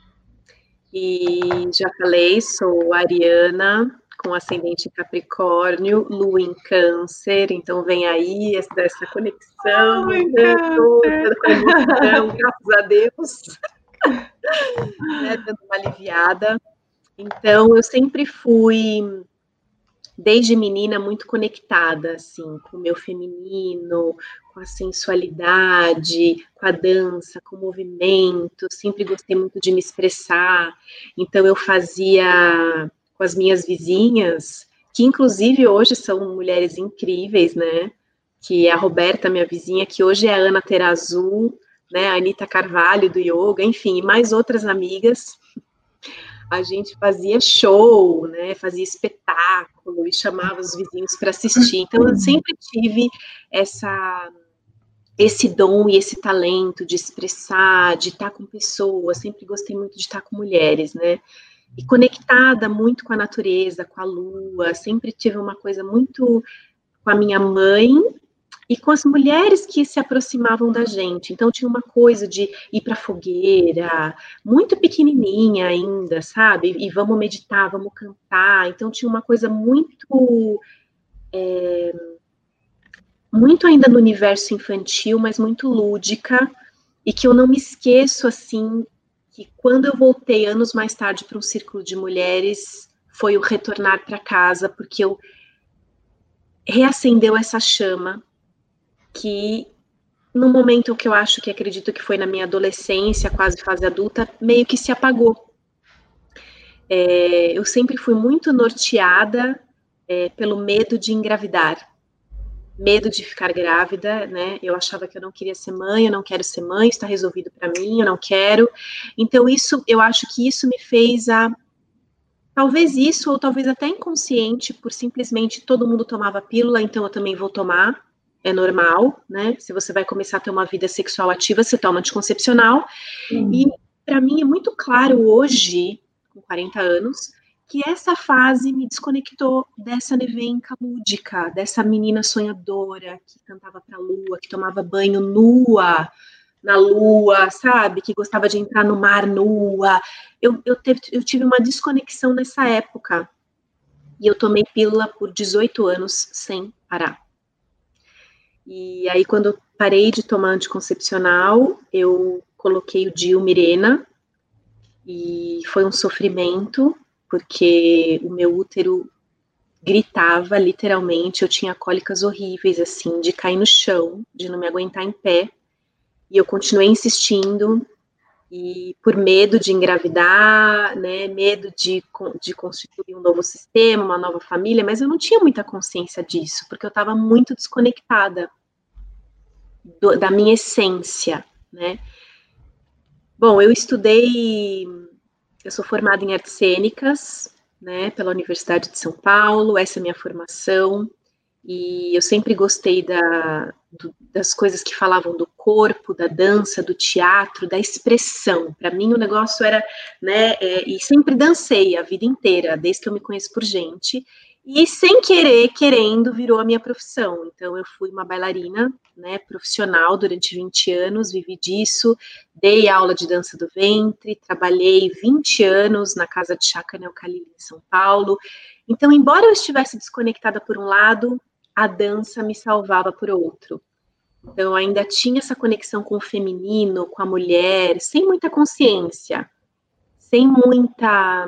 B: e já falei, sou ariana, com ascendente em Capricórnio, lua em Câncer, então vem aí essa conexão, né, toda com emoção, graças a Deus, né, dando uma aliviada. Então, eu sempre fui, desde menina, muito conectada, assim, com o meu feminino, com a sensualidade, com a dança, com o movimento, sempre gostei muito de me expressar, então eu fazia com as minhas vizinhas, que inclusive hoje são mulheres incríveis, né, que é a Roberta, minha vizinha, que hoje é a Ana Terazu, né, a Anitta Carvalho do yoga, enfim, e mais outras amigas. A gente fazia show, né, fazia espetáculo e chamava os vizinhos para assistir. Então, eu sempre tive esse dom e esse talento de expressar, de estar com pessoas. Sempre gostei muito de estar com mulheres, né? E conectada muito com a natureza, com a lua. Sempre tive uma coisa muito com a minha mãe e com as mulheres que se aproximavam da gente. Então, tinha uma coisa de ir para a fogueira, muito pequenininha ainda, sabe? E vamos meditar, vamos cantar. Então, tinha uma coisa muito, muito ainda no universo infantil, mas muito lúdica, e que eu não me esqueço, assim, que quando eu voltei anos mais tarde para um círculo de mulheres, foi o retornar para casa, porque eu reacendeu essa chama que no momento que eu acho que acredito que foi na minha adolescência, quase fase adulta, meio que se apagou. Eu sempre fui muito norteada pelo medo de engravidar, medo de ficar grávida, né? Eu achava que eu não queria ser mãe, eu não quero ser mãe, está resolvido para mim, eu não quero. Então isso, eu acho que isso me fez talvez isso, ou talvez até inconsciente, por simplesmente todo mundo tomava pílula, então eu também vou tomar. É normal, né? Se você vai começar a ter uma vida sexual ativa, você toma anticoncepcional. E para mim é muito claro hoje, com 40 anos, que essa fase me desconectou dessa Nevenka lúdica, dessa menina sonhadora que cantava para a lua, que tomava banho nua na lua, sabe? Que gostava de entrar no mar nua. Eu tive uma desconexão nessa época. E eu tomei pílula por 18 anos sem parar. E aí, quando eu parei de tomar anticoncepcional, eu coloquei o DIU Mirena, e foi um sofrimento, porque o meu útero gritava, literalmente, eu tinha cólicas horríveis, assim, de cair no chão, de não me aguentar em pé, e eu continuei insistindo, e por medo de engravidar, né, medo de constituir um novo sistema, uma nova família, mas eu não tinha muita consciência disso, porque eu estava muito desconectada da minha essência, né. Bom, eu sou formada em artes cênicas, né, pela Universidade de São Paulo, essa é a minha formação, e eu sempre gostei das coisas que falavam do corpo, da dança, do teatro, da expressão. Para mim o negócio era, né, e sempre dancei a vida inteira, desde que eu me conheço por gente, e sem querer, querendo, virou a minha profissão. Então eu fui uma bailarina, né, profissional durante 20 anos, vivi disso, dei aula de dança do ventre, trabalhei 20 anos na Casa de Chá Canel Calil em São Paulo. Então, embora eu estivesse desconectada por um lado, a dança me salvava por outro. Então, eu ainda tinha essa conexão com o feminino, com a mulher, sem muita consciência, sem muita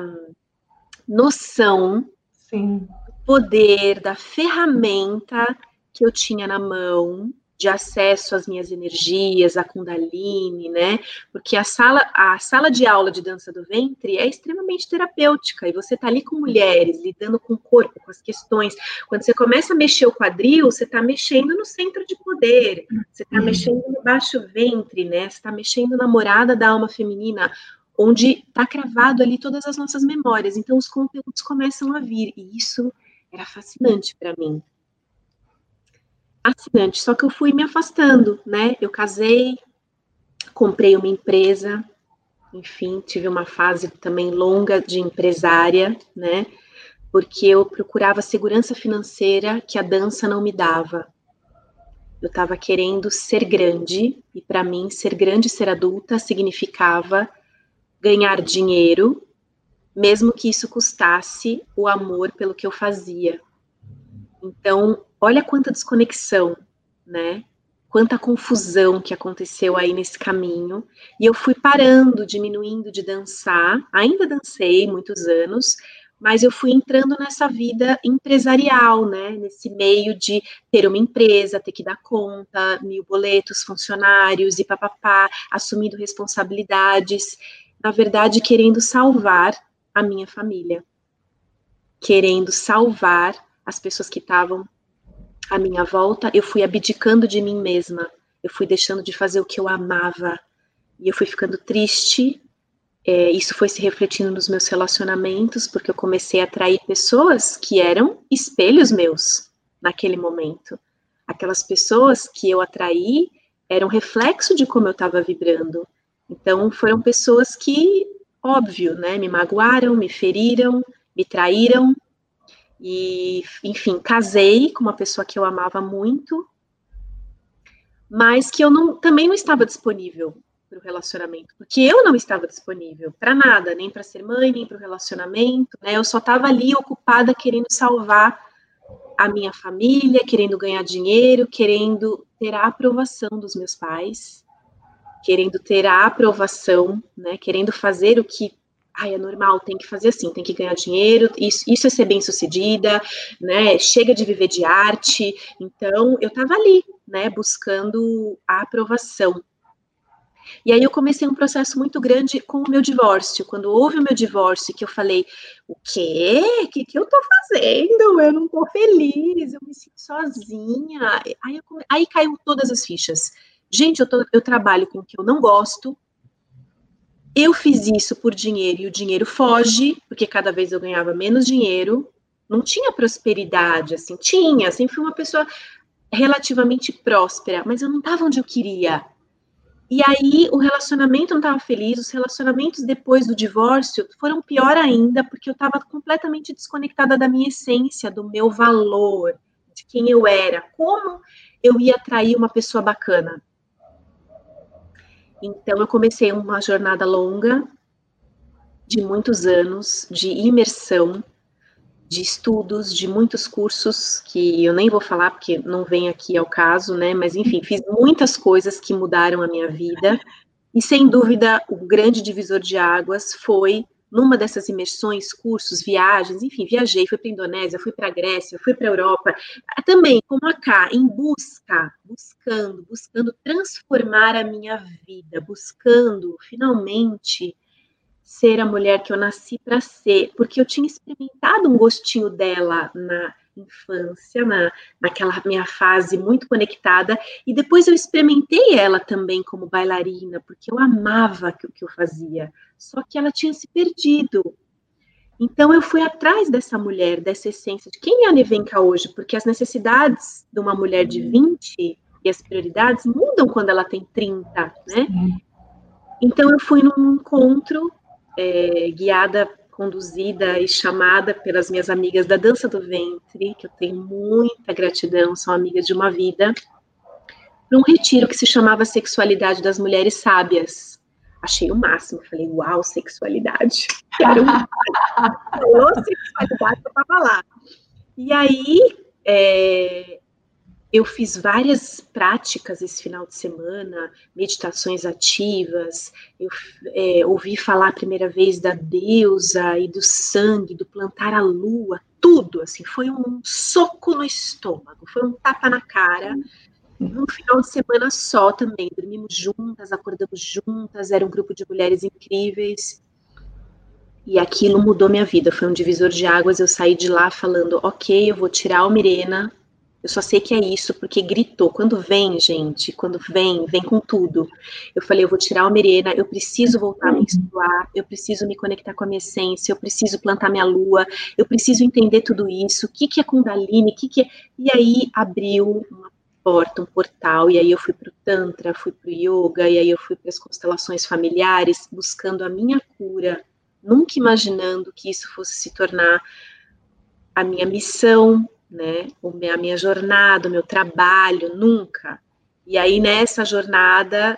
B: noção
A: Sim.
B: do poder, da ferramenta que eu tinha na mão, de acesso às minhas energias, a Kundalini, né? Porque a sala de aula de dança do ventre é extremamente terapêutica, e você tá ali com mulheres, lidando com o corpo, com as questões. Quando você começa a mexer o quadril, você tá mexendo no centro de poder, você tá mexendo no baixo ventre, né? Você tá mexendo na morada da alma feminina, onde tá cravado ali todas as nossas memórias. Então, os conteúdos começam a vir, e isso era fascinante para mim. assinante, só que eu fui me afastando, né? Eu casei, comprei uma empresa, enfim, tive uma fase também longa de empresária, né? Porque eu procurava segurança financeira que a dança não me dava. Eu estava querendo ser grande, e para mim, ser grande e ser adulta significava ganhar dinheiro, mesmo que isso custasse o amor pelo que eu fazia. Então, olha quanta desconexão, né? Quanta confusão que aconteceu aí nesse caminho. E eu fui parando, diminuindo de dançar. Ainda dancei muitos anos, mas eu fui entrando nessa vida empresarial, né? Nesse meio de ter uma empresa, ter que dar conta, 1000 boletos, funcionários e papapá, assumindo responsabilidades. Na verdade, querendo salvar a minha família. Querendo salvar as pessoas que estavam à minha volta, eu fui abdicando de mim mesma, eu fui deixando de fazer o que eu amava, e eu fui ficando triste, isso foi se refletindo nos meus relacionamentos, porque eu comecei a atrair pessoas que eram espelhos meus, naquele momento. Aquelas pessoas que eu atraí eram reflexo de como eu estava vibrando. Então, foram pessoas que, óbvio, né, me magoaram, me feriram, me traíram, e, enfim, casei com uma pessoa que eu amava muito, mas que eu também não estava disponível para o relacionamento, porque eu não estava disponível para nada, nem para ser mãe, nem para o relacionamento, né? Eu só estava ali ocupada querendo salvar a minha família, querendo ganhar dinheiro, querendo ter a aprovação dos meus pais, querendo ter a aprovação, né? Querendo fazer o que é normal, tem que fazer assim, tem que ganhar dinheiro, isso é ser bem-sucedida, né? Chega de viver de arte. Então, eu estava ali, né? Buscando a aprovação. E aí eu comecei um processo muito grande com o meu divórcio. Quando houve o meu divórcio, que eu falei, o quê? O que eu tô fazendo? Eu não tô feliz, eu me sinto sozinha. Aí caiu todas as fichas. Gente, eu trabalho com o que eu não gosto, eu fiz isso por dinheiro e o dinheiro foge, porque cada vez eu ganhava menos dinheiro, não tinha prosperidade, assim, sempre fui uma pessoa relativamente próspera, mas eu não estava onde eu queria. E aí o relacionamento não estava feliz, os relacionamentos depois do divórcio foram pior ainda, porque eu estava completamente desconectada da minha essência, do meu valor, de quem eu era, como eu ia atrair uma pessoa bacana. Então, eu comecei uma jornada longa, de muitos anos, de imersão, de estudos, de muitos cursos, que eu nem vou falar porque não vem aqui ao caso, né? Mas, enfim, fiz muitas coisas que mudaram a minha vida. E, sem dúvida, o grande divisor de águas foi numa dessas imersões, cursos, viagens, enfim, viajei, fui para a Indonésia, fui para a Grécia, fui para a Europa, também, como a Cá, em buscando transformar a minha vida, buscando, finalmente, ser a mulher que eu nasci para ser, porque eu tinha experimentado um gostinho dela na infância, naquela minha fase muito conectada, e depois eu experimentei ela também como bailarina, porque eu amava o que eu fazia, só que ela tinha se perdido. Então eu fui atrás dessa mulher, dessa essência, de quem é a Nevenka hoje, porque as necessidades de uma mulher de 20 e as prioridades mudam quando ela tem 30, né? Então eu fui num encontro guiada, conduzida e chamada pelas minhas amigas da Dança do Ventre, que eu tenho muita gratidão, são amigas de uma vida, para um retiro que se chamava Sexualidade das Mulheres Sábias. Achei o máximo, falei, uau, sexualidade. Quero sexualidade, eu estava lá. E aí, eu fiz várias práticas esse final de semana, meditações ativas, eu ouvi falar a primeira vez da deusa e do sangue, do plantar a lua, tudo, assim, foi um soco no estômago, foi um tapa na cara, num final de semana só também, dormimos juntas, acordamos juntas, era um grupo de mulheres incríveis, e aquilo mudou minha vida, foi um divisor de águas, eu saí de lá falando, ok, eu vou tirar a Almirena, eu só sei que é isso, porque gritou. Quando vem, gente, vem com tudo. Eu falei, eu vou tirar a Almirena, eu preciso voltar a menstruar, eu preciso me conectar com a minha essência, eu preciso plantar minha lua, eu preciso entender tudo isso, o que é Kundalini, E aí abriu porta, um portal, e aí eu fui para o Tantra, fui para o Yoga, e aí eu fui para as constelações familiares, buscando a minha cura, nunca imaginando que isso fosse se tornar a minha missão, né, a minha jornada, o meu trabalho, nunca. E aí nessa jornada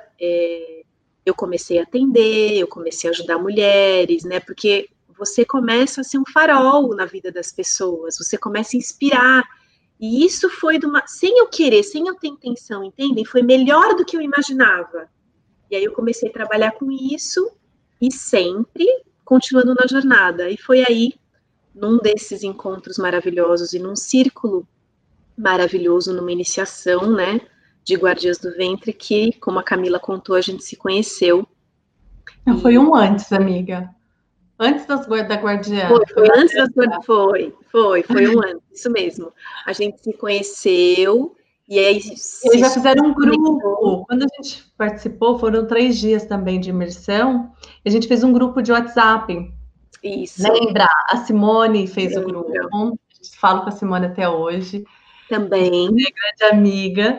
B: eu comecei a atender, eu comecei a ajudar mulheres, né, porque você começa a ser um farol na vida das pessoas, você começa a inspirar. E isso foi sem eu querer, sem eu ter intenção, entendem? Foi melhor do que eu imaginava. E aí eu comecei a trabalhar com isso e sempre continuando na jornada. E foi aí, num desses encontros maravilhosos e num círculo maravilhoso, numa iniciação, né, de Guardiãs do Ventre, que, como a Camila contou, a gente se conheceu.
A: Não, foi um antes, amiga. Antes da Guardiã.
B: Foi antes das Guardiãs. Foi um ano, isso mesmo. A gente se conheceu e aí...
A: Eles já fizeram um grupo. Quando a gente participou, foram 3 dias também de imersão. A gente fez um grupo de WhatsApp.
B: Isso.
A: Lembra? A Simone fez o grupo. Falo com a Simone até hoje.
B: Também.
A: Minha grande amiga.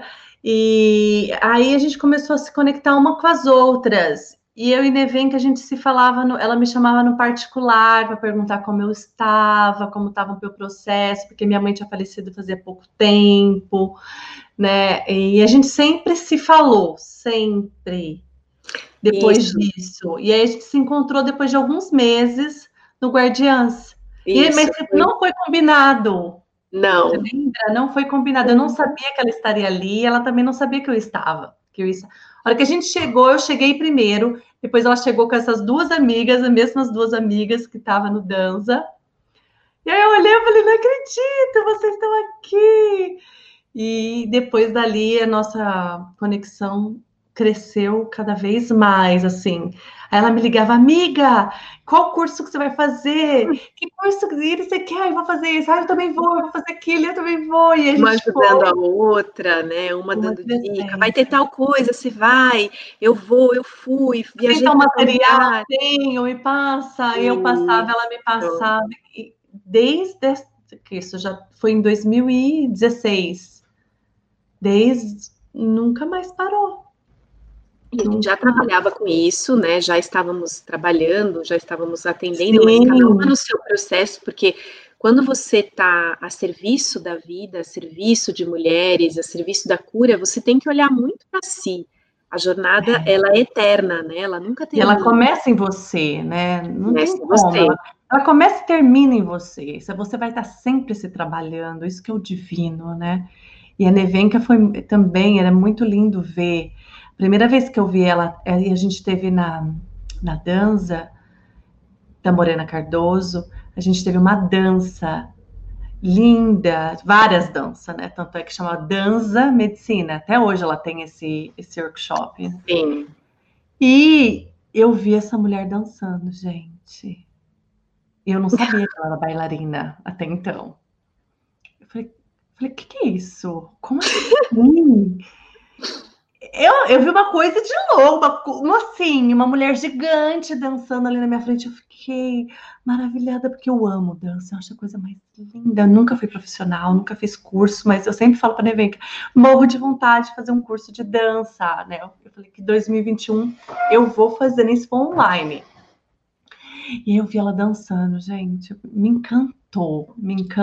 A: E aí a gente começou a se conectar uma com as outras. E eu e Nevenka, a gente se falava, ela me chamava no particular para perguntar como eu estava, como estava o meu processo, porque minha mãe tinha falecido fazia pouco tempo, né? E a gente sempre se falou, sempre, depois disso. E aí a gente se encontrou depois de alguns meses no Guardiãs. Mas não foi combinado.
B: Não.
A: Você lembra? Não foi combinado. Eu não sabia que ela estaria ali, ela também não sabia que eu estava. A hora que a gente chegou, eu cheguei primeiro, depois ela chegou com essas 2 amigas, as mesmas 2 amigas que estavam no Danza. E aí eu olhei e falei, não acredito, vocês estão aqui. E depois dali a nossa conexão cresceu cada vez mais, assim. Aí ela me ligava, amiga, qual curso que você vai fazer? Que curso você quer? Eu vou fazer isso. Ah, eu também vou fazer aquilo, eu também vou. E a gente
B: uma ajudando a outra, né? Uma dando dica. Vai ter tal coisa, você vai. Eu vou, eu fui.
A: Viajei o material, tenho, me passa. E eu passava, ela me passava. E desde que isso já foi em 2016. Nunca mais parou.
B: E a gente já trabalhava com isso, né? Já estávamos trabalhando, já estávamos atendendo,
A: Sim.
B: mas cada uma no seu processo, porque quando você está a serviço da vida, a serviço de mulheres, a serviço da cura, você tem que olhar muito para si. A jornada, ela é eterna, né? Ela nunca termina.
A: E ela começa em você, né? Não tem como. Ela começa e termina em você. Você vai estar sempre se trabalhando. Isso que é o divino, né? E a Nevenka também, era muito lindo ver. A primeira vez que eu vi ela, a gente teve na dança da Morena Cardoso, a gente teve uma dança linda, várias danças, né? Tanto é que chama Dança Medicina. Até hoje ela tem esse workshop.
B: Sim.
A: E eu vi essa mulher dançando, gente. Eu não sabia que ela era bailarina até então. Eu falei, o que é isso? Como assim? Eu vi uma coisa de louco, uma mulher gigante dançando ali na minha frente. Eu fiquei maravilhada, porque eu amo dança, eu acho a coisa mais linda. Eu nunca fui profissional, nunca fiz curso, mas eu sempre falo para a Nevenka, morro de vontade de fazer um curso de dança, né? Eu falei que 2021 eu vou fazer, nem se for online. E eu vi ela dançando, gente, me encantou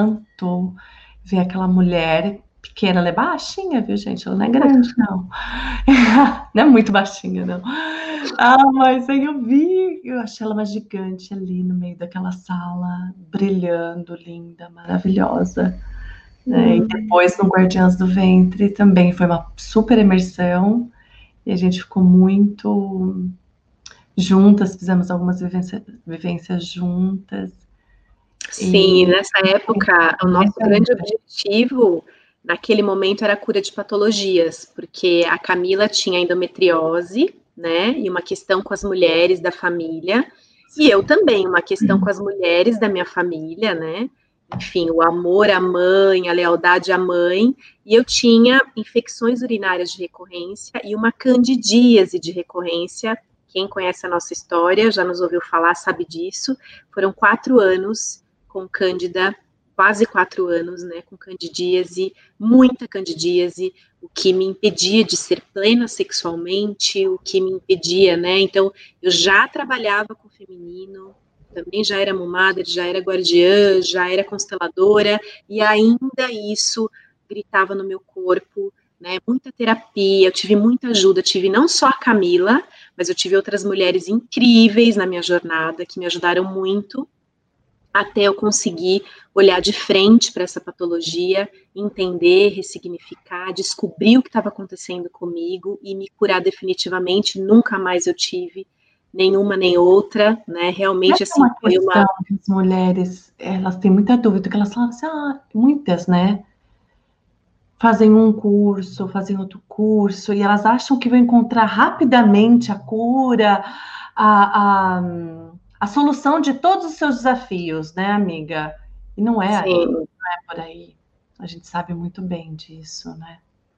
A: ver aquela mulher pequena, ela é baixinha, viu, gente? Ela não é grande, não. Não é muito baixinha, não. Mas aí eu achei ela uma gigante ali no meio daquela sala, brilhando, linda, maravilhosa. E depois no Guardiãs do Ventre também foi uma super imersão, e a gente ficou muito juntas, fizemos algumas vivências juntas.
B: Sim, nessa época, o nosso grande objetivo naquele momento era a cura de patologias, porque a Camila tinha endometriose, né, e uma questão com as mulheres da família, e eu também, uma questão com as mulheres da minha família, né, enfim, o amor à mãe, a lealdade à mãe, e eu tinha infecções urinárias de recorrência e uma candidíase de recorrência. Quem conhece a nossa história, já nos ouviu falar, sabe disso. Foram 4 anos com Cândida quase 4 anos, né, com candidíase, muita candidíase, o que me impedia de ser plena sexualmente, o que me impedia, né, então eu já trabalhava com o feminino, também já era mumada, já era guardiã, já era consteladora, e ainda isso gritava no meu corpo, né, muita terapia, eu tive muita ajuda, tive não só a Camila, mas eu tive outras mulheres incríveis na minha jornada, que me ajudaram muito, até eu conseguir olhar de frente para essa patologia, entender, ressignificar, descobrir o que estava acontecendo comigo e me curar definitivamente. Nunca mais eu tive nenhuma nem outra, né? Realmente,
A: Essa é
B: assim,
A: uma
B: foi
A: questão que as mulheres, elas têm muita dúvida, que elas falam assim, muitas, né? Fazem um curso, fazem outro curso, e elas acham que vão encontrar rapidamente a cura, a, a, a solução de todos os seus desafios, né, amiga? E não é aí,
B: Sim.
A: não é por aí. A gente sabe muito bem disso, né?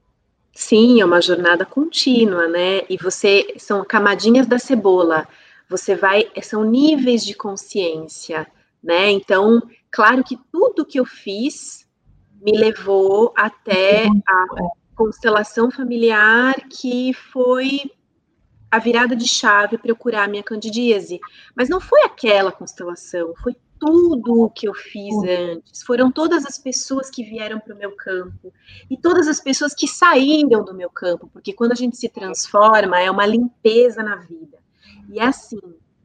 B: Sim, é uma jornada contínua, né? E você são camadinhas da cebola. Você vai, são níveis de consciência, né? Então, claro que tudo que eu fiz me levou até a constelação familiar, que foi a virada de chave para eu curar a minha candidíase. Mas não foi aquela constelação, foi tudo o que eu fiz antes. Foram todas as pessoas que vieram para o meu campo e todas as pessoas que saíram do meu campo, porque quando a gente se transforma, é uma limpeza na vida. E é assim,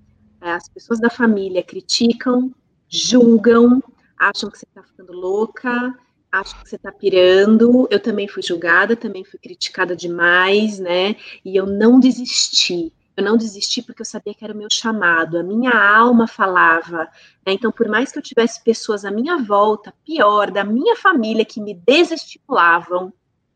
B: as pessoas da família criticam, julgam, acham que você está ficando louca, acham que você está pirando. Eu também fui julgada, também fui criticada demais, né? E eu não desisti. Eu não desisti porque eu sabia que era o meu chamado. A minha alma falava, né? Então, por mais que eu tivesse pessoas à minha volta, pior, da minha família, que me desestimulavam,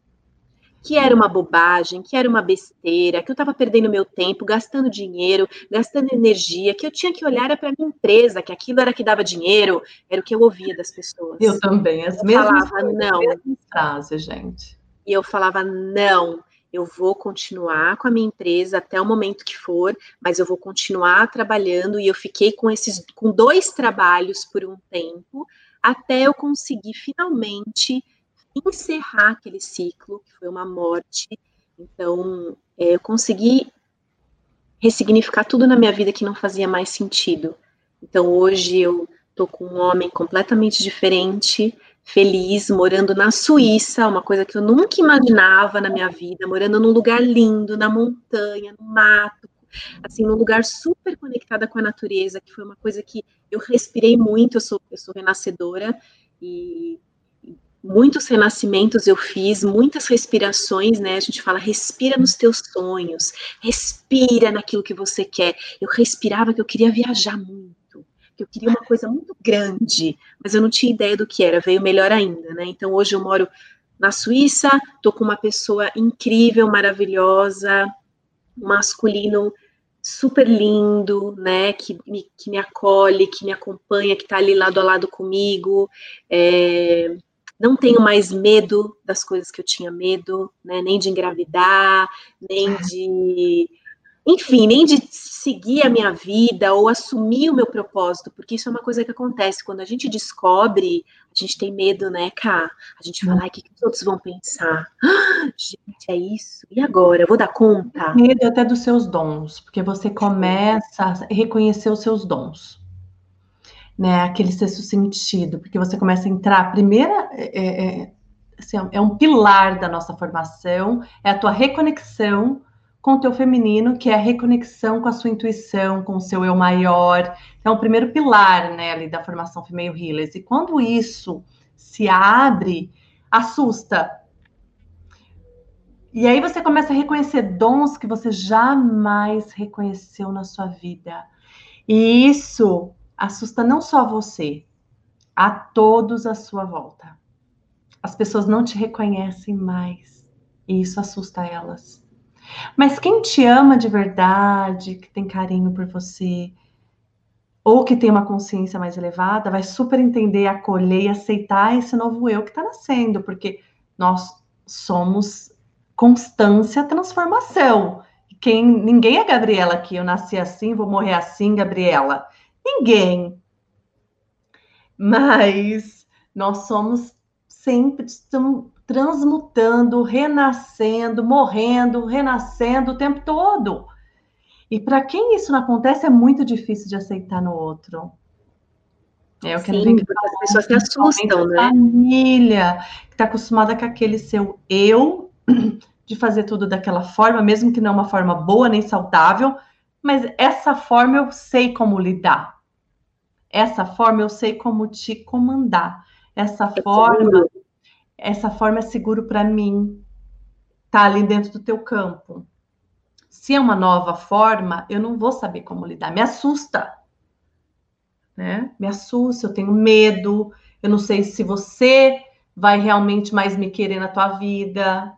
B: que era uma bobagem, que era uma besteira, que eu estava perdendo meu tempo, gastando dinheiro, gastando energia, que eu tinha que olhar para a minha empresa, que aquilo era que dava dinheiro, era o que eu ouvia das
A: Eu
B: pessoas.
A: também, as
B: Eu
A: mesmas
B: falava,
A: coisas, as
B: não.
A: mesmas frases, gente.
B: E eu falava, não, eu vou continuar com a minha empresa até o momento que for, mas eu vou continuar trabalhando, e eu fiquei com 2 trabalhos por um tempo, até eu conseguir finalmente encerrar aquele ciclo, que foi uma morte. Então, eu consegui ressignificar tudo na minha vida que não fazia mais sentido. Então, hoje eu tô com um homem completamente diferente, feliz, morando na Suíça, uma coisa que eu nunca imaginava na minha vida, morando num lugar lindo, na montanha, no mato, assim, num lugar super conectada com a natureza, que foi uma coisa que eu respirei muito. Eu sou renascedora, e muitos renascimentos eu fiz, muitas respirações, né? A gente fala, respira nos teus sonhos, respira naquilo que você quer. Eu respirava que eu queria viajar muito, que eu queria uma coisa muito grande, mas eu não tinha ideia do que era, veio melhor ainda, né? Então hoje eu moro na Suíça, tô com uma pessoa incrível, maravilhosa, um masculino super lindo, né, que me acolhe, que me acompanha, que está ali lado a lado comigo. Não tenho mais medo das coisas que eu tinha medo, né, nem de engravidar, nem de, enfim, nem de seguir a minha vida ou assumir o meu propósito, porque isso é uma coisa que acontece quando a gente descobre. A gente tem medo, né, Ká? A gente fala, ai, o que os outros vão pensar? Gente, é isso? E agora? Eu vou dar conta?
A: Medo até dos seus dons, porque você começa a reconhecer os seus dons, né? Aquele sexto sentido, porque você começa a entrar. A primeira assim, é um pilar da nossa formação, é a tua reconexão com o teu feminino, que é a reconexão com a sua intuição, com o seu eu maior. Então, é o primeiro pilar, né, ali da formação Female Healers. E quando isso se abre, assusta. E aí você começa a reconhecer dons que você jamais reconheceu na sua vida. E isso assusta não só você, a todos à sua volta. As pessoas não te reconhecem mais. E isso assusta elas. Mas quem te ama de verdade, que tem carinho por você, ou que tem uma consciência mais elevada, vai super entender, acolher e aceitar esse novo eu que está nascendo, porque nós somos constância, transformação. Ninguém é Gabriela aqui, eu nasci assim, vou morrer assim, Gabriela. Ninguém. Mas Nós somos sempre, estamos transmutando, renascendo, morrendo, renascendo o tempo todo. E para quem isso não acontece, é muito difícil de aceitar no outro. É o que a
B: Sim,
A: Vivi
B: porque as
A: falou,
B: pessoas se
A: principalmente
B: assustam,
A: a
B: né?
A: família, que está acostumada com aquele seu eu, de fazer tudo daquela forma, mesmo que não é uma forma boa nem saudável, mas essa forma eu sei como lidar. Essa forma eu sei como te comandar.
B: É seguro.
A: Essa forma é seguro para mim, tá ali dentro do teu campo. Se é uma nova forma, eu não vou saber como lidar. Me assusta, né? Me assusta, eu tenho medo. Eu não sei se você vai realmente mais me querer na tua vida.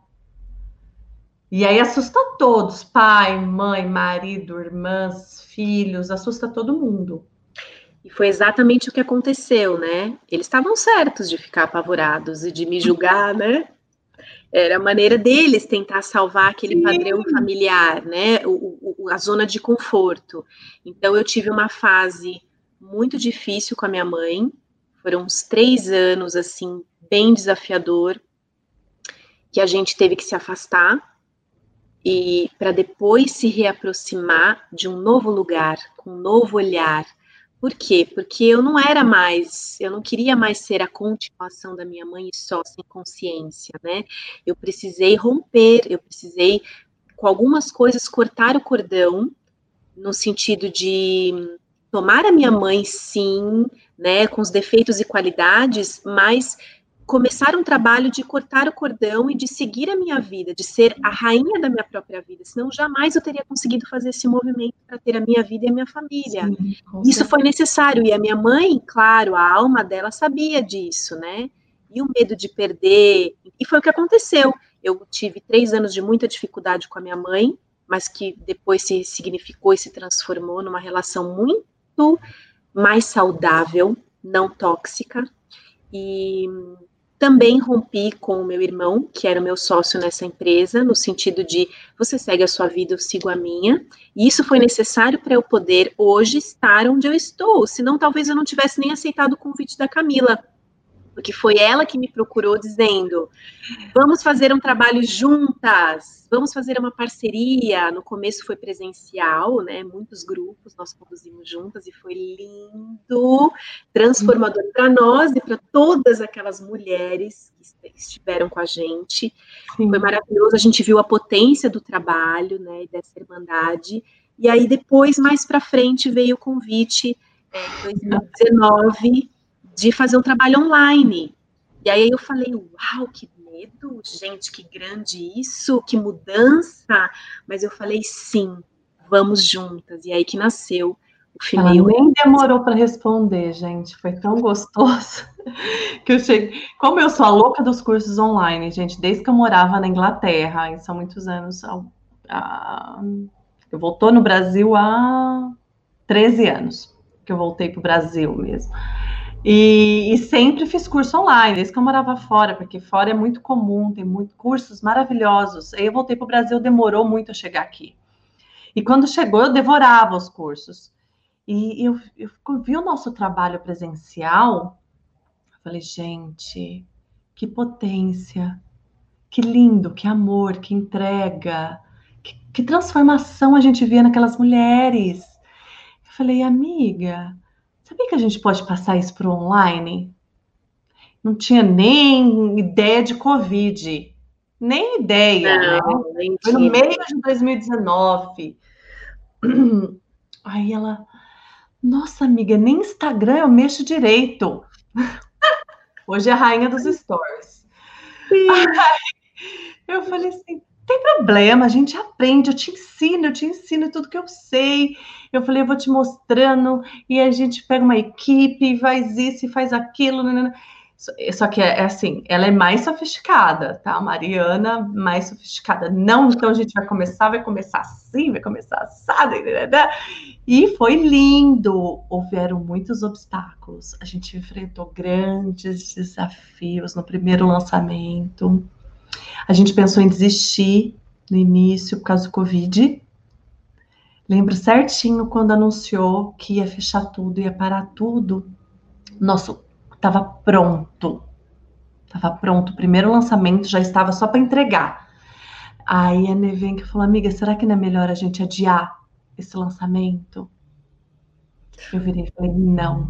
A: E aí assusta todos, pai, mãe, marido, irmãs, filhos, assusta todo mundo.
B: E foi exatamente o que aconteceu, né? Eles estavam certos de ficar apavorados e de me julgar, né? Era a maneira deles tentar salvar aquele padrão
A: Sim.
B: familiar, né? A zona de conforto. Então, eu tive uma fase muito difícil com a minha mãe. Foram uns 3 anos, assim, bem desafiador, que a gente teve que se afastar e para depois se reaproximar de um novo lugar, com um novo olhar. Por quê? Porque eu não queria mais ser a continuação da minha mãe só sem consciência, né? Eu precisei romper, eu precisei, com algumas coisas, cortar o cordão, no sentido de tomar a minha mãe, sim, né, com os defeitos e qualidades, mas começar um trabalho de cortar o cordão e de seguir a minha vida, de ser a rainha da minha própria vida, senão jamais eu teria conseguido fazer esse movimento para ter a minha vida e a minha família.
A: Sim, com
B: Isso foi
A: certeza.
B: necessário, e a minha mãe, claro, a alma dela sabia disso, né? E o medo de perder, e foi o que aconteceu. Eu tive 3 anos de muita dificuldade com a minha mãe, mas que depois se significou e se transformou numa relação muito mais saudável, não tóxica. E também rompi com o meu irmão, que era o meu sócio nessa empresa, no sentido de você segue a sua vida, eu sigo a minha. E isso foi necessário para eu poder hoje estar onde eu estou, senão talvez eu não tivesse nem aceitado o convite da Camila, porque foi ela que me procurou dizendo: vamos fazer um trabalho juntas, vamos fazer uma parceria. No começo foi presencial, né? Muitos grupos nós conduzimos juntas e foi lindo, transformador para nós e para todas aquelas mulheres que estiveram com a gente. Foi
A: Sim.
B: maravilhoso, a gente viu a potência do trabalho, né? Dessa irmandade. E aí depois, mais para frente, veio o convite em 2019 de fazer um trabalho online. E aí eu falei, uau, que medo, gente, que grande isso, que mudança. Mas eu falei, sim, vamos juntas. E aí que nasceu o
A: Ela
B: Fimeu.
A: nem demorou para responder, gente. Foi tão gostoso que eu cheguei. Como eu sou a louca dos cursos online, gente, desde que eu morava na Inglaterra, e são muitos anos. Eu voltou no Brasil há 13 anos que eu voltei para o Brasil mesmo. E sempre fiz curso online, desde que eu morava fora, porque fora é muito comum, tem muitos cursos maravilhosos. Aí eu voltei para o Brasil, demorou muito a chegar aqui. E quando chegou, eu devorava os cursos. E eu vi o nosso trabalho presencial, eu falei, gente, que potência, que lindo, que amor, que entrega, que transformação a gente via naquelas mulheres. Eu falei, amiga, sabia que a gente pode passar isso para o online? Não tinha nem ideia de Covid, nem ideia, né?
B: Não, nem
A: Foi no
B: tinha.
A: meio de 2019. Aí ela, nossa amiga, nem Instagram eu mexo direito. Hoje é a rainha dos stories.
B: Sim.
A: Eu falei assim, tem problema, a gente aprende, eu te ensino tudo que eu sei. Eu falei, eu vou te mostrando, e a gente pega uma equipe, faz isso e faz aquilo. Né? Só que é assim, ela é mais sofisticada, tá? A Mariana, mais sofisticada. Não, então a gente vai começar assim, vai começar assado, né? E foi lindo. Houveram muitos obstáculos. A gente enfrentou grandes desafios no primeiro lançamento. A gente pensou em desistir no início por causa do Covid. Lembro certinho quando anunciou que ia fechar tudo, ia parar tudo. Nosso estava pronto. Estava pronto, o primeiro lançamento já estava só para entregar. Aí a Nevenka falou, amiga, será que não é melhor a gente adiar esse lançamento? Eu virei e falei, não,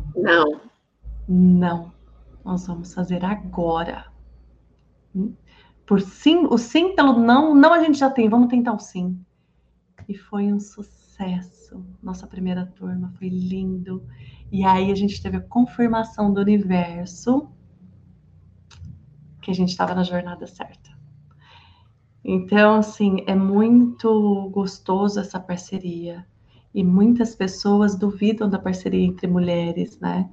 A: nós vamos fazer agora. Por sim, o sim pelo não a gente já tem, vamos tentar o sim. E foi um sucesso. Nossa primeira turma foi lindo. E aí a gente teve a confirmação do universo que a gente estava na jornada certa. Então, assim, é muito gostoso essa parceria. E muitas pessoas duvidam da parceria entre mulheres, né?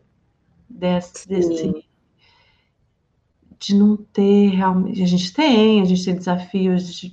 A: De não ter realmente. A gente tem desafios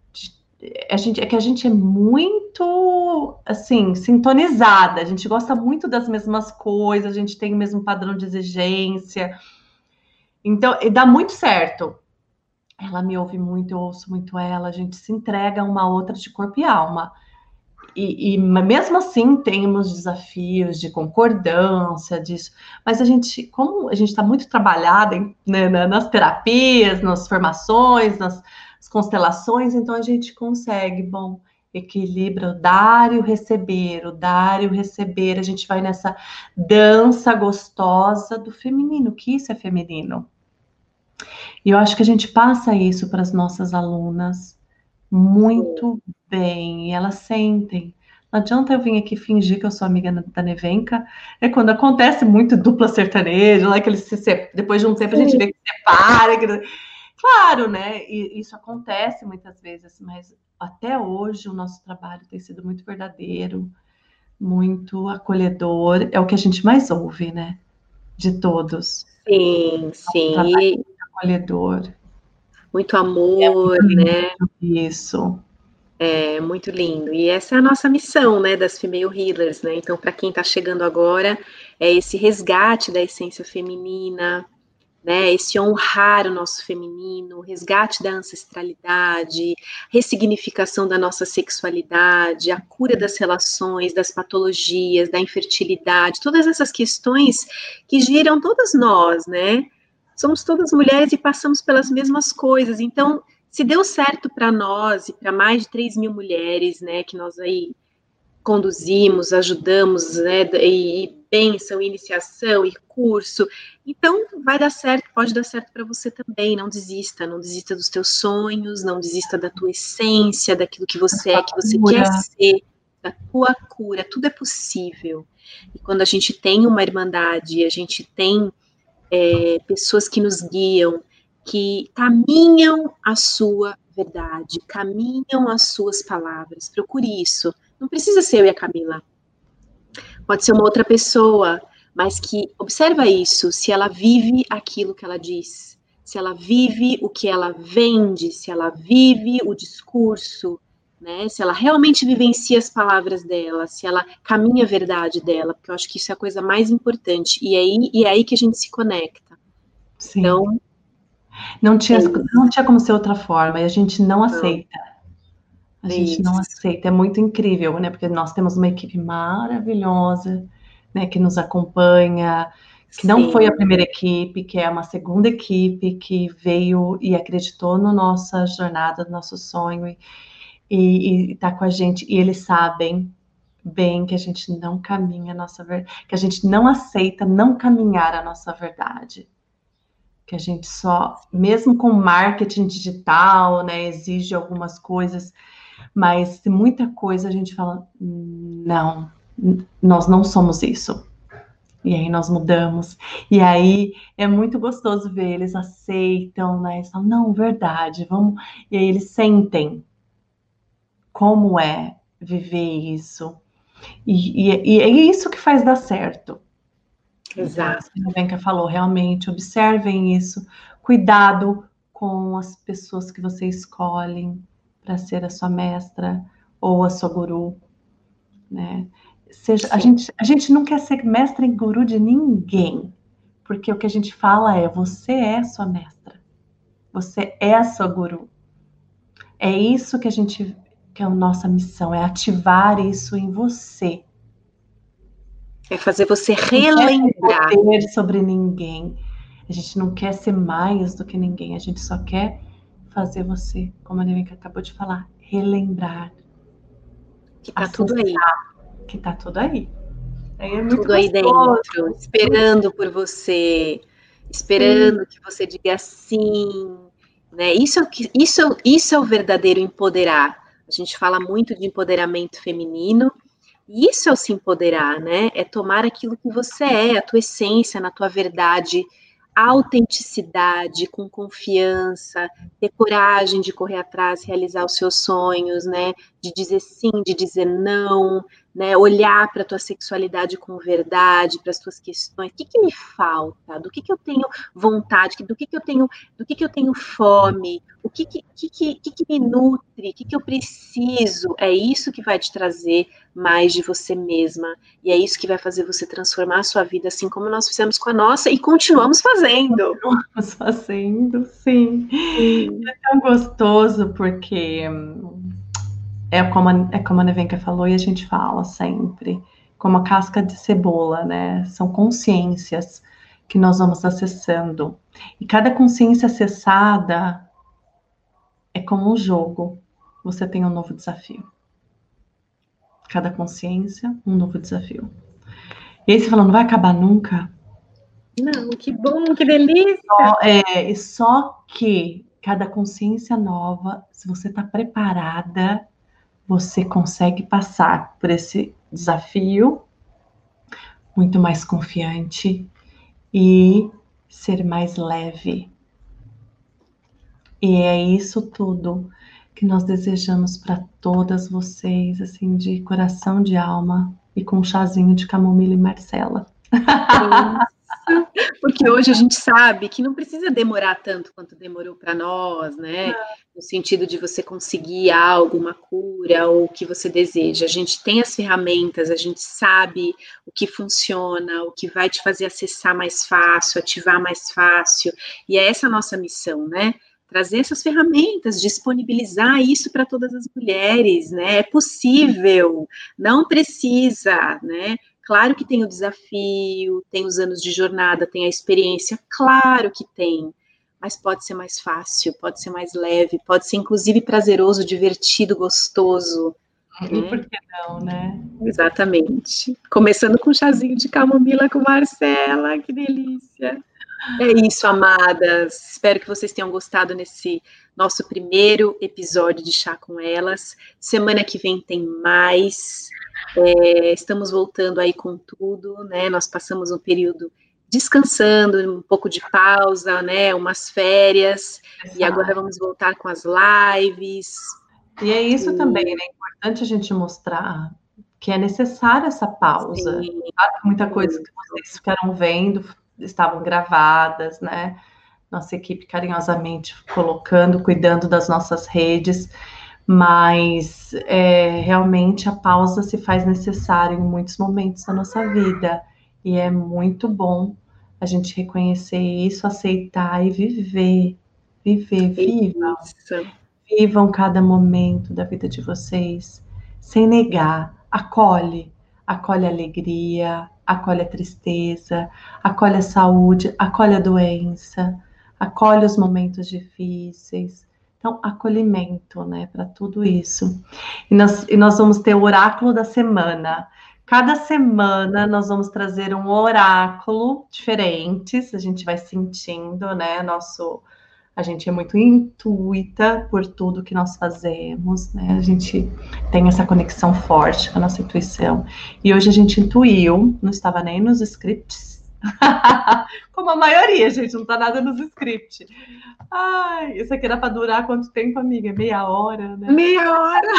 A: é que a gente é muito, assim, sintonizada. A gente gosta muito das mesmas coisas, a gente tem o mesmo padrão de exigência. Então, e dá muito certo. Ela me ouve muito, eu ouço muito ela, a gente se entrega uma outra de corpo e alma. E mesmo assim temos desafios de concordância disso, mas a gente, como a gente está muito trabalhada né, nas terapias, nas formações, nas constelações, então a gente consegue, bom, equilibra o dar e o receber, a gente vai nessa dança gostosa do feminino, que isso é feminino. E eu acho que a gente passa isso para as nossas alunas muito bem, e elas sentem. Não adianta eu vir aqui fingir que eu sou amiga da Nevenka. É quando acontece muito dupla sertaneja, lá que eles depois de um tempo a gente vê que separa. Claro, né? E isso acontece muitas vezes, mas até hoje o nosso trabalho tem sido muito verdadeiro, muito acolhedor. É o que a gente mais ouve, né? De todos.
B: Sim, sim.
A: Muito acolhedor.
B: Muito amor, né?
A: Isso.
B: É muito lindo. E essa é a nossa missão, né, das Female Healers, né? Então, para quem está chegando agora, é esse resgate da essência feminina, né? Esse honrar o nosso feminino, o resgate da ancestralidade, ressignificação da nossa sexualidade, a cura das relações, das patologias, da infertilidade, todas essas questões que giram todas nós, né? Somos todas mulheres e passamos pelas mesmas coisas. Então, se deu certo para nós e para mais de 3 mil mulheres, né, que nós aí conduzimos, ajudamos, né, e bênção, iniciação e curso, então vai dar certo, pode dar certo para você também, não desista dos teus sonhos, não desista da tua essência, daquilo que você é, que você quer ser, da tua cura, tudo é possível. E quando a gente tem uma irmandade, a gente tem pessoas que nos guiam, que caminham a sua verdade, caminham as suas palavras. Procure isso. Não precisa ser eu e a Camila. Pode ser uma outra pessoa, mas que observa isso, se ela vive aquilo que ela diz, se ela vive o que ela vende, se ela vive o discurso, né? Se ela realmente vivencia as palavras dela, se ela caminha a verdade dela, porque eu acho que isso é a coisa mais importante. E é aí que a gente se conecta.
A: Sim. Então, não tinha como ser outra forma, e a gente não aceita. A gente não aceita, é muito incrível, né? Porque nós temos uma equipe maravilhosa, né? Que nos acompanha, que não foi a primeira equipe, que é uma segunda equipe que veio e acreditou na nossa jornada, no nosso sonho e tá com a gente. E eles sabem bem que a gente não caminha a nossa verdade, que a gente não aceita não caminhar a nossa verdade. Que a gente só, mesmo com marketing digital, né, exige algumas coisas, mas muita coisa a gente fala, não, nós não somos isso. E aí nós mudamos. E aí é muito gostoso ver, eles aceitam, né? Eles falam, não, verdade, vamos. E aí eles sentem como é viver isso. E é isso que faz dar certo. Exato. Então, a Nevenka falou, realmente, observem isso. Cuidado com as pessoas que você escolhe para ser a sua mestra ou a sua guru, né? A gente não quer ser mestra e guru de ninguém, porque o que a gente fala é, você é a sua mestra, você é a sua guru. É isso que que é a nossa missão, é ativar isso em você.
B: É fazer você
A: Não
B: relembrar.
A: quer ter poder sobre ninguém. A gente não quer ser mais do que ninguém. A gente só quer fazer você, como a Nevenka acabou de falar, relembrar.
B: Que tá tudo aí.
A: Que tá tudo aí. Aí é muito
B: Tudo aí
A: gostoso.
B: dentro, esperando por você, esperando que você diga sim, né? Isso é o verdadeiro empoderar. A gente fala muito de empoderamento feminino, e isso é o se empoderar, né? É tomar aquilo que você é, a tua essência, na tua verdade, autenticidade, com confiança, ter coragem de correr atrás, realizar os seus sonhos, né? De dizer sim, de dizer não, né? Olhar para a tua sexualidade com verdade, para as tuas questões. O que me falta? Do que eu tenho vontade? Do que eu tenho fome? O que me nutre? O que eu preciso? É isso que vai te trazer mais de você mesma. E é isso que vai fazer você transformar a sua vida, assim como nós fizemos com a nossa e continuamos fazendo.
A: Continuamos fazendo, sim. É tão gostoso porque é como a Nevenka falou e a gente fala sempre, como a casca de cebola, né? São consciências que nós vamos acessando. E cada consciência acessada é como um jogo. Você tem um novo desafio. Cada consciência, um novo desafio. E aí você fala, não vai acabar nunca?
B: Não, que bom, que delícia!
A: Só que cada consciência nova, se você está preparada, você consegue passar por esse desafio muito mais confiante e ser mais leve. E é isso tudo que nós desejamos para todas vocês, assim, de coração, de alma e com um chazinho de camomila e Marcela.
B: Porque hoje a gente sabe que não precisa demorar tanto quanto demorou para nós, né? No sentido de você conseguir algo, uma cura ou o que você deseja. A gente tem as ferramentas, a gente sabe o que funciona, o que vai te fazer acessar mais fácil, ativar mais fácil. E é essa a nossa missão, né? Trazer essas ferramentas, disponibilizar isso para todas as mulheres, né? É possível, não precisa, né? Claro que tem o desafio, tem os anos de jornada, tem a experiência, claro que tem, mas pode ser mais fácil, pode ser mais leve, pode ser inclusive prazeroso, divertido, gostoso.
A: E por que não, né?
B: Exatamente. Começando com um chazinho de camomila com Marcela, que delícia. É isso, amadas. Espero que vocês tenham gostado nesse nosso primeiro episódio de Chá com Elas. Semana que vem tem mais. Estamos voltando aí com tudo, né? Nós passamos um período descansando, um pouco de pausa, né? Umas férias. E agora vamos voltar com as lives.
A: E é isso também, né? É importante a gente mostrar que é necessária essa pausa. Sabe? Muita coisa que vocês ficaram vendo estavam gravadas, né? Nossa equipe carinhosamente colocando, cuidando das nossas redes, mas realmente a pausa se faz necessária em muitos momentos da nossa vida. E é muito bom a gente reconhecer isso, aceitar e viver. Viver, vivam. Vivam cada momento da vida de vocês, sem negar. Acolhe a alegria, acolhe a tristeza, acolhe a saúde, acolhe a doença, acolhe os momentos difíceis. Então, acolhimento, né, para tudo isso. E nós vamos ter o oráculo da semana. Cada semana nós vamos trazer um oráculo diferente, a gente vai sentindo, né, a gente é muito intuita por tudo que nós fazemos, né? A gente tem essa conexão forte com a nossa intuição. E hoje a gente intuiu, não estava nem nos scripts. Como a maioria, gente, não está nada nos scripts. Ai, isso aqui era para durar quanto tempo, amiga? Meia hora, né?
B: Meia hora!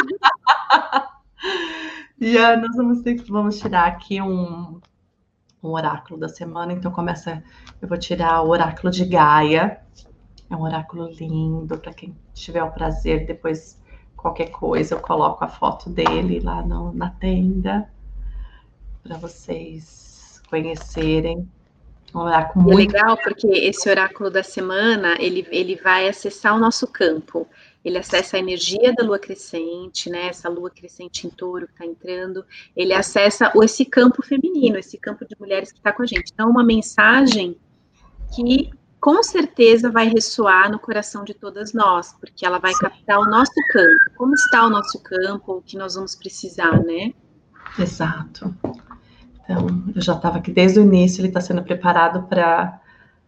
A: E nós vamos tirar aqui um oráculo da semana. Então eu vou tirar o oráculo de Gaia. É um oráculo lindo, para quem tiver o prazer, depois qualquer coisa eu coloco a foto dele lá na tenda, para vocês conhecerem. Um oráculo muito
B: legal, porque esse oráculo da semana, ele vai acessar o nosso campo. ele acessa a energia da lua crescente, né? Essa lua crescente em touro que está entrando, ele acessa esse campo feminino, esse campo de mulheres que está com a gente. Então, uma mensagem que com certeza vai ressoar no coração de todas nós, porque ela vai captar o nosso campo. Como está o nosso campo, o que nós vamos precisar, né?
A: Exato. Então, eu já estava aqui desde o início, ele está sendo preparado para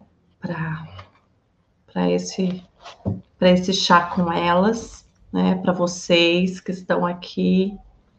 A: esse chá com elas, né? Para vocês que estão aqui.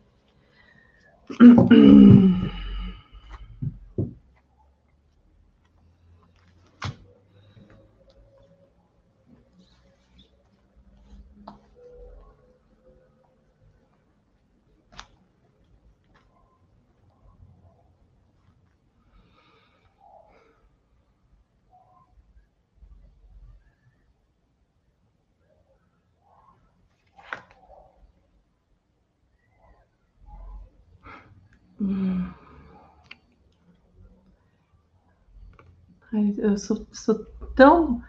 A: Eu sou tão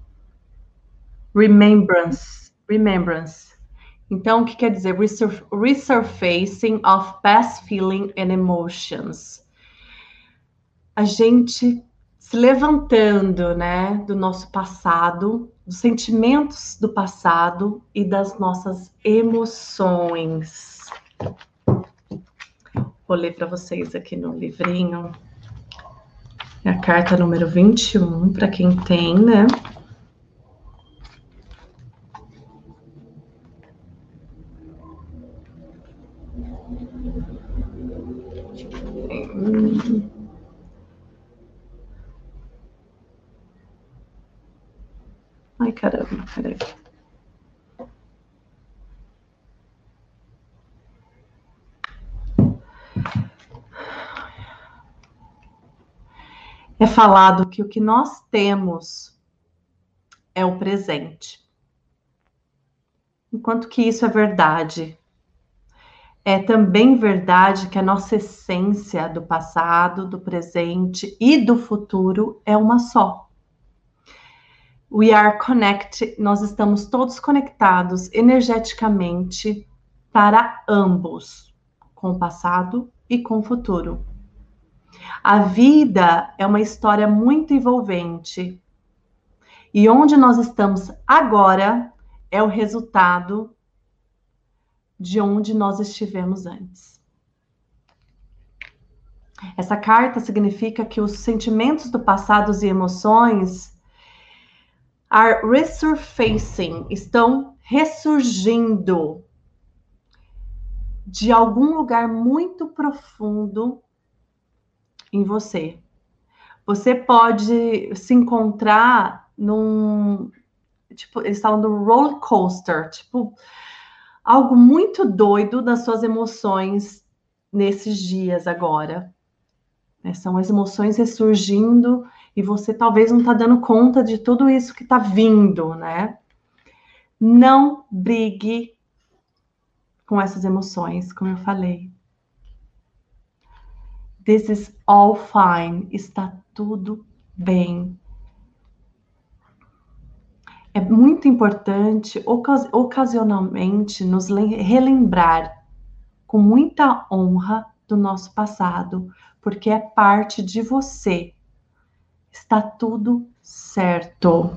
A: remembrance. Então, o que quer dizer? Resurfacing of past feeling and emotions. A gente se levantando, né, do nosso passado, dos sentimentos do passado e das nossas emoções. Vou ler para vocês aqui no livrinho. É a carta número 21, para quem tem, né? Ai, caramba, peraí. É falado que o que nós temos é o presente. Enquanto que isso é verdade. É também verdade que a nossa essência do passado, do presente e do futuro é uma só. We are connected, nós estamos todos conectados energeticamente para ambos, com o passado e com o futuro. A vida é uma história muito envolvente. E onde nós estamos agora é o resultado de onde nós estivemos antes. Essa carta significa que os sentimentos do passado e emoções are resurfacing, estão ressurgindo de algum lugar muito profundo em você. Você pode se encontrar num, tipo, eles falam do roller coaster, tipo, algo muito doido das suas emoções nesses dias agora. São as emoções ressurgindo e você talvez não está dando conta de tudo isso que está vindo, né? Não brigue com essas emoções, como eu falei. This is all fine. Está tudo bem. É muito importante, ocasionalmente, nos relembrar com muita honra do nosso passado, porque é parte de você. Está tudo certo.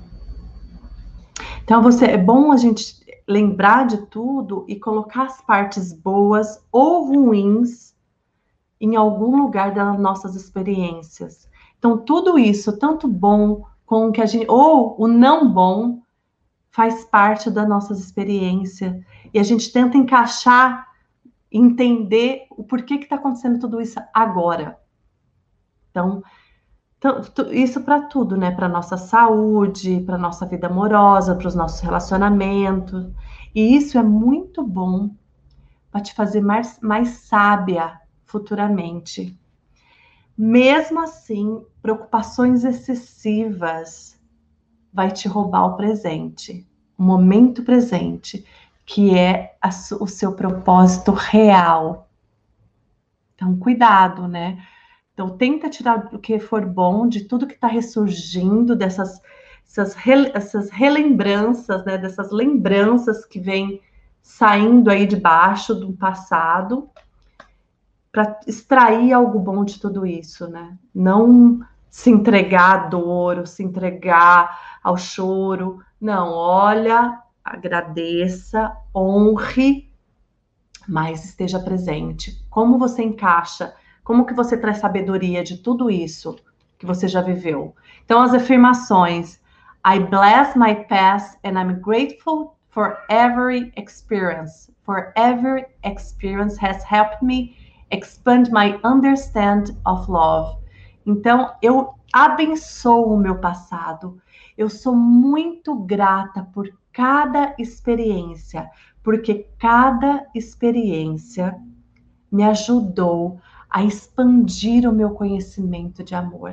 A: Então, é bom a gente lembrar de tudo e colocar as partes boas ou ruins em algum lugar das nossas experiências. Então, tudo isso, tanto bom como que a gente, ou o não bom, faz parte das nossas experiências. E a gente tenta encaixar, entender o porquê que está acontecendo tudo isso agora. Então isso para tudo, né? Para nossa saúde, para nossa vida amorosa, para os nossos relacionamentos. E isso é muito bom para te fazer mais sábia futuramente. Mesmo assim, preocupações excessivas vai te roubar o presente, o momento presente, que é o seu propósito real. Então, cuidado, né? Então, tenta tirar o que for bom de tudo que está ressurgindo, dessas essas relembranças, né, dessas lembranças que vêm saindo aí de baixo do passado, para extrair algo bom de tudo isso, né? Não se entregar à dor, ou se entregar ao choro. Não, olha, agradeça, honre, mas esteja presente. Como você encaixa? Como que você traz sabedoria de tudo isso que você já viveu? Então, as afirmações. I bless my past and I'm grateful for every experience. For every experience has helped me expand my understanding of love. Então, eu abençoo o meu passado. Eu sou muito grata por cada experiência, porque cada experiência me ajudou a expandir o meu conhecimento de amor.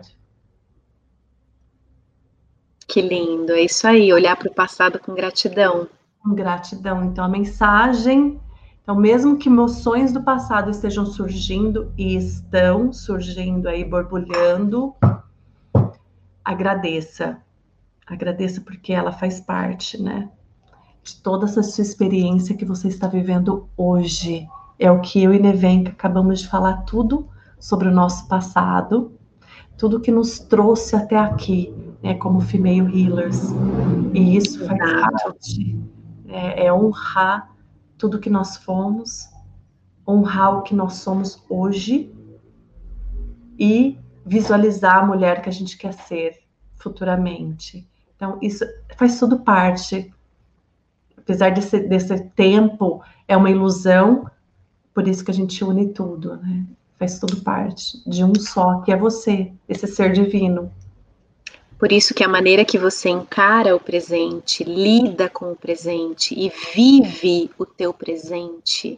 B: Que lindo, é isso aí, olhar para o passado com gratidão.
A: Com gratidão. Então, a mensagem... Então, mesmo que emoções do passado estejam surgindo e estão surgindo aí, borbulhando, agradeça. Agradeça porque ela faz parte, né? De toda essa sua experiência que você está vivendo hoje. É o que eu e Nevenka acabamos de falar tudo sobre o nosso passado, tudo que nos trouxe até aqui, né, como female healers. E isso faz parte. É honrar tudo que nós fomos, honrar o que nós somos hoje e visualizar a mulher que a gente quer ser futuramente. Então, isso faz tudo parte. Apesar desse tempo, é uma ilusão, por isso que a gente une tudo, né? Faz tudo parte de um só, que é você, esse ser divino.
B: Por isso que a maneira que você encara o presente, lida com o presente e vive o teu presente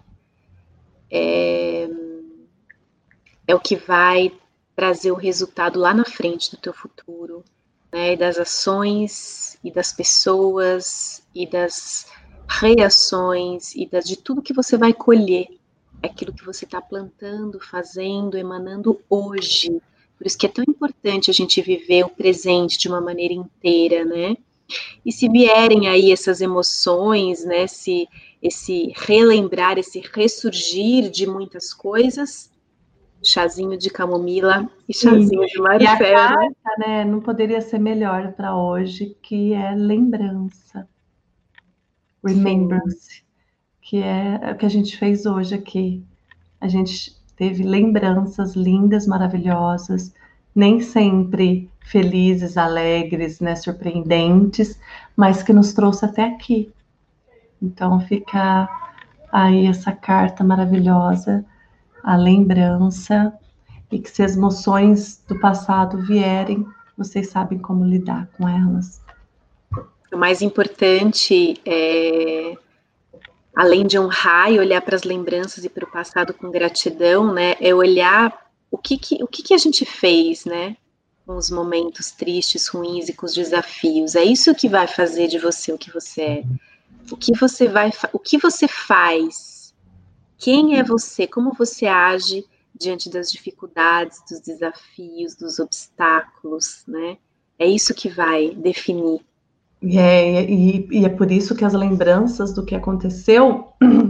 B: é o que vai trazer o resultado lá na frente do teu futuro, né? E das ações, e das pessoas, e das reações, e de tudo que você vai colher. Aquilo que você está plantando, fazendo, emanando hoje. Por isso que é tão importante a gente viver o presente de uma maneira inteira, né? E se vierem aí essas emoções, né? Esse relembrar, esse ressurgir de muitas coisas, chazinho de camomila e chazinho de maricé.
A: E a carta, né, não poderia ser melhor para hoje, que é lembrança. Remembrance, que é o que a gente fez hoje aqui. A gente teve lembranças lindas, maravilhosas, nem sempre felizes, alegres, né, surpreendentes, mas que nos trouxe até aqui. Então fica aí essa carta maravilhosa, a lembrança, e que se as emoções do passado vierem, vocês sabem como lidar com elas.
B: O mais importante é, além de honrar e olhar para as lembranças e para o passado com gratidão, né, é olhar o que a gente fez, né, com os momentos tristes, ruins e com os desafios. É isso que vai fazer de você o que você é. O que você faz? Quem é você? Como você age diante das dificuldades, dos desafios, dos obstáculos, né? É isso que vai definir.
A: E é por isso que as lembranças do que aconteceu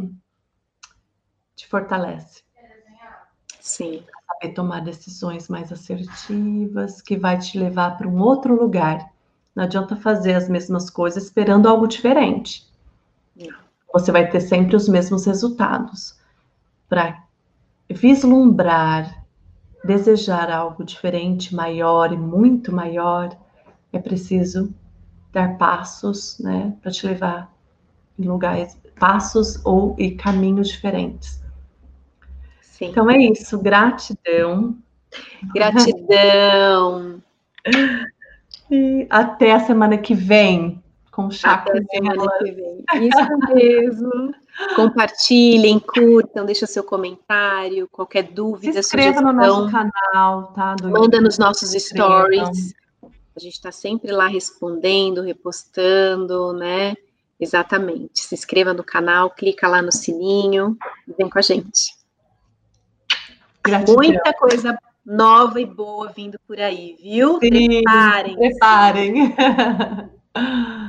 A: te fortalece.
B: Sim.
A: Saber tomar decisões mais assertivas, que vai te levar para um outro lugar. Não adianta fazer as mesmas coisas esperando algo diferente.
B: Não.
A: Você vai ter sempre os mesmos resultados. Para vislumbrar, desejar algo diferente, maior e muito maior, é preciso dar passos, né, para te levar em lugares, passos e caminhos diferentes.
B: Sim.
A: Então é isso, gratidão.
B: Gratidão.
A: E até a semana que vem com o chá.
B: Até a semana que vem. Isso mesmo. Compartilhem, curtam, deixa seu comentário, qualquer dúvida,
A: se inscreva
B: sugestão.
A: No nosso canal, tá?
B: Manda nos nossos stories. A gente está sempre lá respondendo, repostando, né? Exatamente. Se inscreva no canal, clica lá no sininho e vem com a gente.
A: Gratidão.
B: Muita coisa nova e boa vindo por aí, viu?
A: Sim,
B: Preparem-se.
A: preparem.